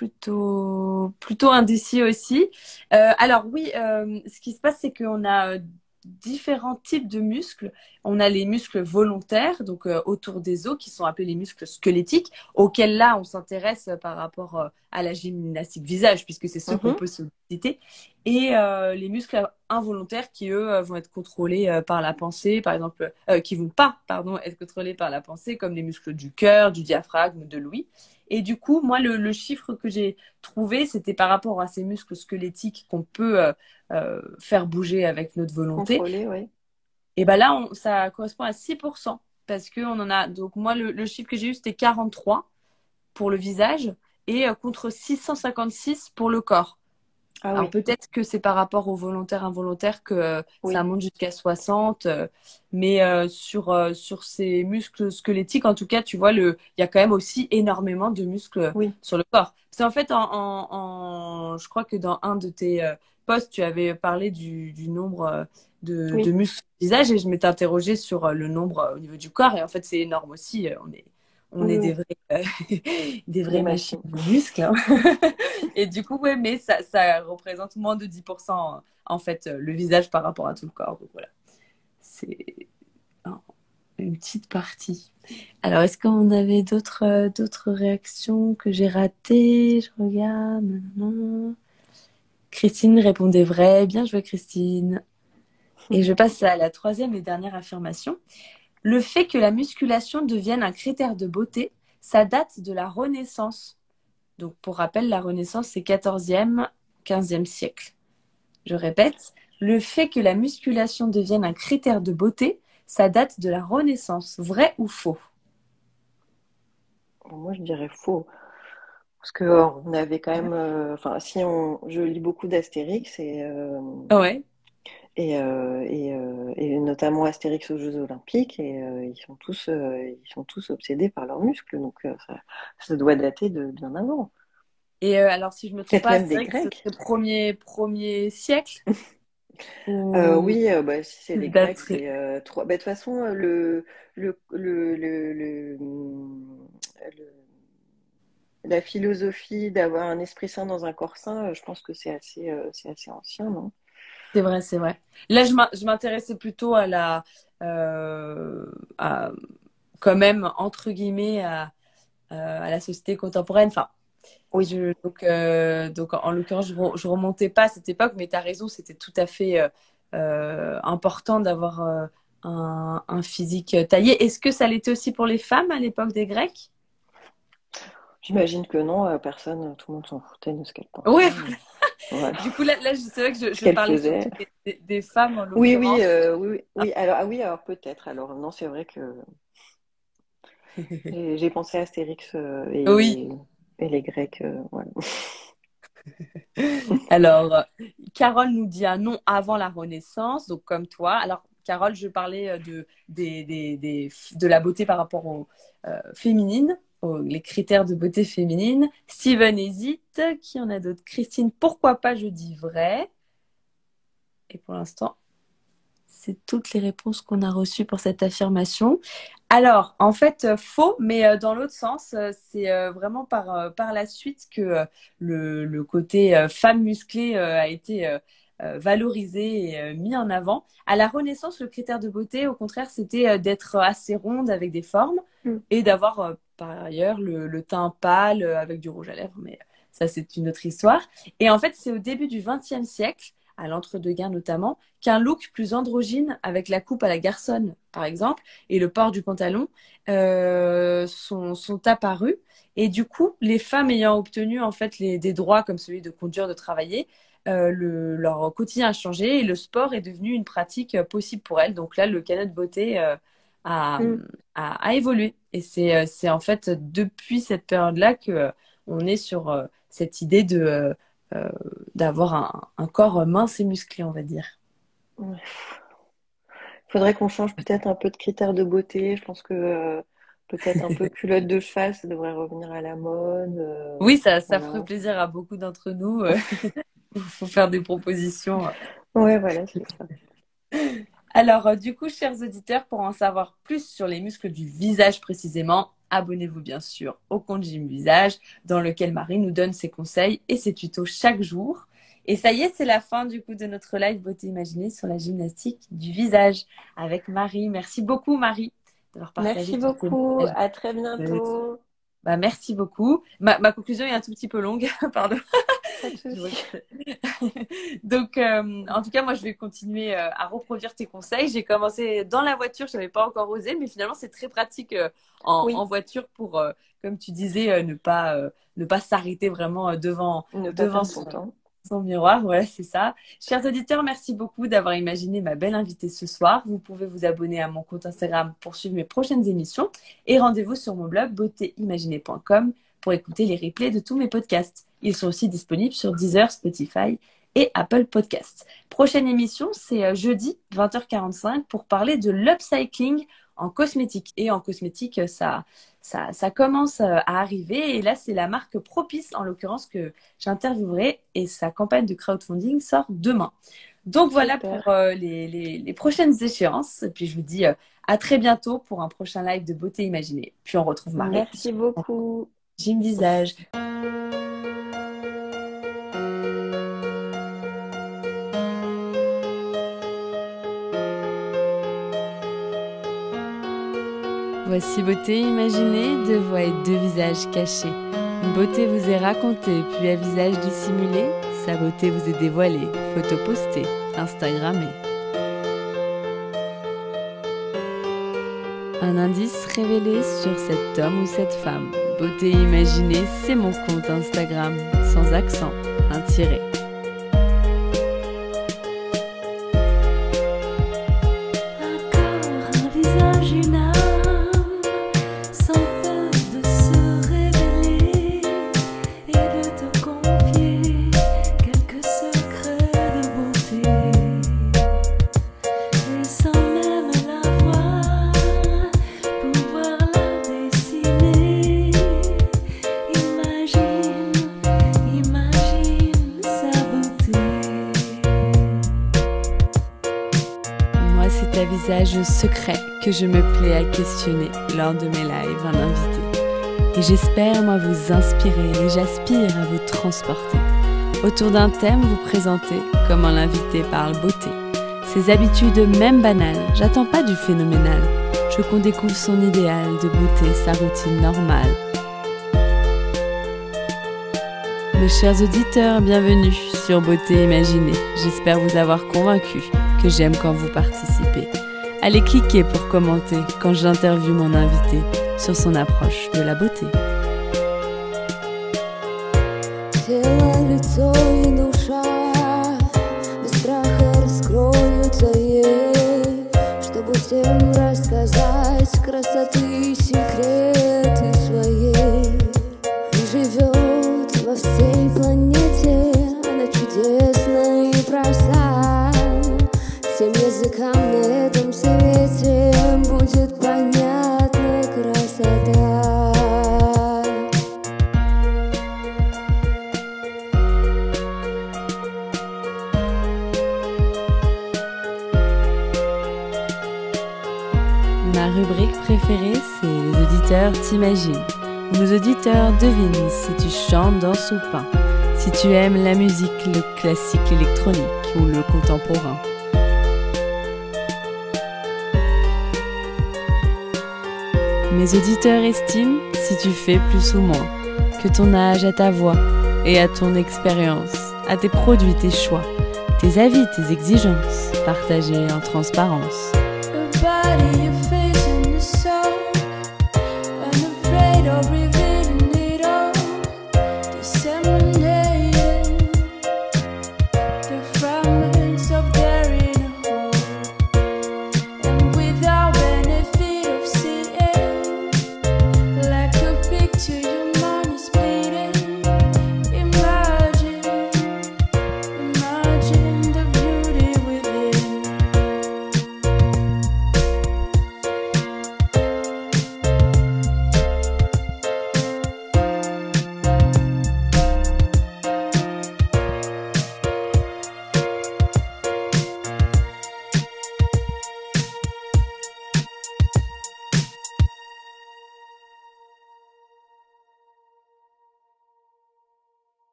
plutôt indécis aussi. Alors oui, ce qui se passe, c'est qu'on a différents types de muscles. On a les muscles volontaires, donc autour des os, qui sont appelés les muscles squelettiques, auxquels là, on s'intéresse par rapport à la gymnastique visage, puisque c'est ceux qu'on Mhm. peut solliciter. Et les muscles involontaires qui, eux, vont être contrôlés par la pensée, par exemple, qui vont pas, pardon, être contrôlés par la pensée, comme les muscles du cœur, du diaphragme, de l'ouïe. Et du coup, moi, le chiffre que j'ai trouvé, c'était par rapport à ces muscles squelettiques qu'on peut faire bouger avec notre volonté. Contrôler, oui. Et ben là, ça correspond à 6%. Parce que on en a. Donc, moi, le chiffre que j'ai eu, c'était 43 pour le visage et contre 656 pour le corps. Ah Alors oui, peut-être que c'est par rapport au volontaire involontaire que ça oui, monte jusqu'à 60, mais sur ces muscles squelettiques, en tout cas, tu vois, il y a quand même aussi énormément de muscles oui. sur le corps. C'est en fait, je crois que dans un de tes posts, tu avais parlé du nombre de Oui, muscles du visage et je m'étais interrogée sur le nombre au niveau du corps et en fait, c'est énorme aussi. On oui, est oui, euh, des des vraies machines machines. de muscles, hein. Et du coup, ouais, mais ça représente moins de 10% en fait, le visage par rapport à tout le corps. Donc voilà, c'est une petite partie. Alors, est-ce qu'on avait d'autres réactions que j'ai ratées? Je regarde. Nanana. Christine répondait vrai. Bien joué, Christine. Et je passe à la troisième et dernière affirmation. Le fait que la musculation devienne un critère de beauté, ça date de la Renaissance. Donc, pour rappel, la Renaissance, c'est 14e, 15e siècle. Je répète, le fait que la musculation devienne un critère de beauté, ça date de la Renaissance. Vrai ou faux? Bon, moi, je dirais faux. Parce que on avait quand même, enfin, je lis beaucoup d'Astérix Ouais. et notamment Astérix aux Jeux Olympiques et ils sont tous obsédés par leurs muscles, donc ça doit dater de bien avant. Et alors, si je me trompe Peut-être pas, même des Astérix, Grecs. c'est le premier siècle ou Oui, bah, si c'est il les Grecs, daterait? c'est trois. Bah, de toute façon, le- la philosophie d'avoir un esprit sain dans un corps sain, je pense que c'est assez ancien, non? C'est vrai, c'est vrai. Là, je m'intéressais plutôt euh, à, quand même, entre guillemets, à la société contemporaine. Enfin, Oui, donc en l'occurrence, je remontais pas à cette époque, mais tu as raison, c'était tout à fait important d'avoir un physique taillé. Est-ce que ça l'était aussi pour les femmes à l'époque des Grecs? j'imagine que non, personne, tout le monde s'en foutait de ce qu'elle pensait. Oui, Voilà, du coup, là c'est vrai que ce je qu'elle parlais faisait. surtout des femmes en Oui, l'occurrence. oui, oui. Alors, ah oui, alors peut-être. Alors, non, c'est vrai que j'ai pensé à Astérix Oui, et les Grecs. Voilà. alors, Carole nous dit un non avant la Renaissance, donc comme toi. Alors, Carole, je parlais de la beauté par rapport aux féminines. les critères de beauté féminine. Steven hésite. Qui en a d'autres? Christine, pourquoi pas je dis vrai? Et pour l'instant, c'est toutes les réponses qu'on a reçues pour cette affirmation. Alors, en fait, faux, mais dans l'autre sens, c'est vraiment par la suite que le côté femme musclée a été valorisé et mis en avant. À la Renaissance, le critère de beauté, au contraire, c'était d'être assez ronde avec des formes et d'avoir par ailleurs le teint pâle avec du rouge à lèvres, mais ça, c'est une autre histoire. Et en fait, c'est au début du XXe siècle, à l'entre-deux-guerres notamment, qu'un look plus androgyne avec la coupe à la garçonne, par exemple, et le port du pantalon sont apparus. Et du coup, les femmes ayant obtenu en fait des droits comme celui de conduire, de travailler, leur quotidien a changé et le sport est devenu une pratique possible pour elles. Donc là, le canot de beauté a, a évolué. Et c'est en fait depuis cette période-là que on est sur cette idée d'avoir un corps mince et musclé, on va dire. Ouais. Faudrait qu'on change peut-être un peu de critères de beauté. Je pense que peut-être un peu culotte de chasse, ça devrait revenir à la mode. Oui, ça Voilà. ferait plaisir à beaucoup d'entre nous. Il faut faire des propositions. Ouais, voilà, c'est ça. Alors, du coup, chers auditeurs, pour en savoir plus sur les muscles du visage précisément, abonnez-vous bien sûr au compte Gym Visage, dans lequel Marie nous donne ses conseils et ses tutos chaque jour. Et ça y est, c'est la fin du coup de notre live Beauté Imaginée sur la gymnastique du visage avec Marie. Merci beaucoup Marie d'avoir partagé Merci ton beaucoup. témoignage. À très bientôt. Bah, merci beaucoup. Ma conclusion est un tout petit peu longue, pardon. Pas de souci. Donc, en tout cas, moi, je vais continuer à reproduire tes conseils. J'ai commencé dans la voiture, je n'avais pas encore osé, mais finalement, c'est très pratique Oui. en voiture pour, comme tu disais, ne pas s'arrêter vraiment Ne pas devant perdre son temps. son miroir. Voilà, c'est ça. Chers auditeurs, merci beaucoup d'avoir imaginé ma belle invitée ce soir. Vous pouvez vous abonner à mon compte Instagram pour suivre mes prochaines émissions et rendez-vous sur mon blog beautéimaginée.com pour écouter les replays de tous mes podcasts. Ils sont aussi disponibles sur Deezer, Spotify et Apple Podcasts. Prochaine émission, c'est jeudi 20h45 pour parler de l'upcycling en cosmétique. Et en cosmétique, ça commence à arriver. Et là, c'est la marque Propice, en l'occurrence, que j'interviewerai. Et sa campagne de crowdfunding sort demain. Donc voilà Super. pour les prochaines échéances. Et puis je vous dis à très bientôt pour un prochain live de Beauté Imaginée. Puis on retrouve Marie. Merci beaucoup. Gym Visage. Voici Beauté Imaginée, deux voix et deux visages cachés. Une beauté vous est racontée, puis un visage dissimulé. Sa beauté vous est dévoilée, photo postée, Instagrammée. Un indice révélé sur cet homme ou cette femme. Beauté Imaginée, c'est mon compte Instagram, sans accent, un tiret. Visage secret que je me plais à questionner lors de mes lives en invité. Et j'espère, moi, vous inspirer et j'aspire à vous transporter. Autour d'un thème, vous présenter comment l'invité parle beauté. Ses habitudes même banales, j'attends pas du phénoménal. Je veux qu'on découvre son idéal de beauté, sa routine normale. Mes chers auditeurs, bienvenue sur Beauté Imaginée. J'espère vous avoir convaincu que j'aime quand vous participez. Allez cliquer pour commenter quand j'interviewe mon invité sur son approche de la beauté. Тело, лицо и душа без страха раскроются ей, чтобы всем рассказать красоты и секреты своей. И живет во всей планете, она чудесна и проста. Всем языкам на этом свете будет понятна красота. Ma rubrique préférée, c'est les auditeurs t'imaginent, où nos auditeurs devinent si tu chantes, danses ou peins, si tu aimes la musique, le classique électronique ou le contemporain. Mes auditeurs estiment si tu fais plus ou moins, que ton âge à ta voix et à ton expérience, à tes produits, tes choix, tes avis, tes exigences, partagés en transparence. The body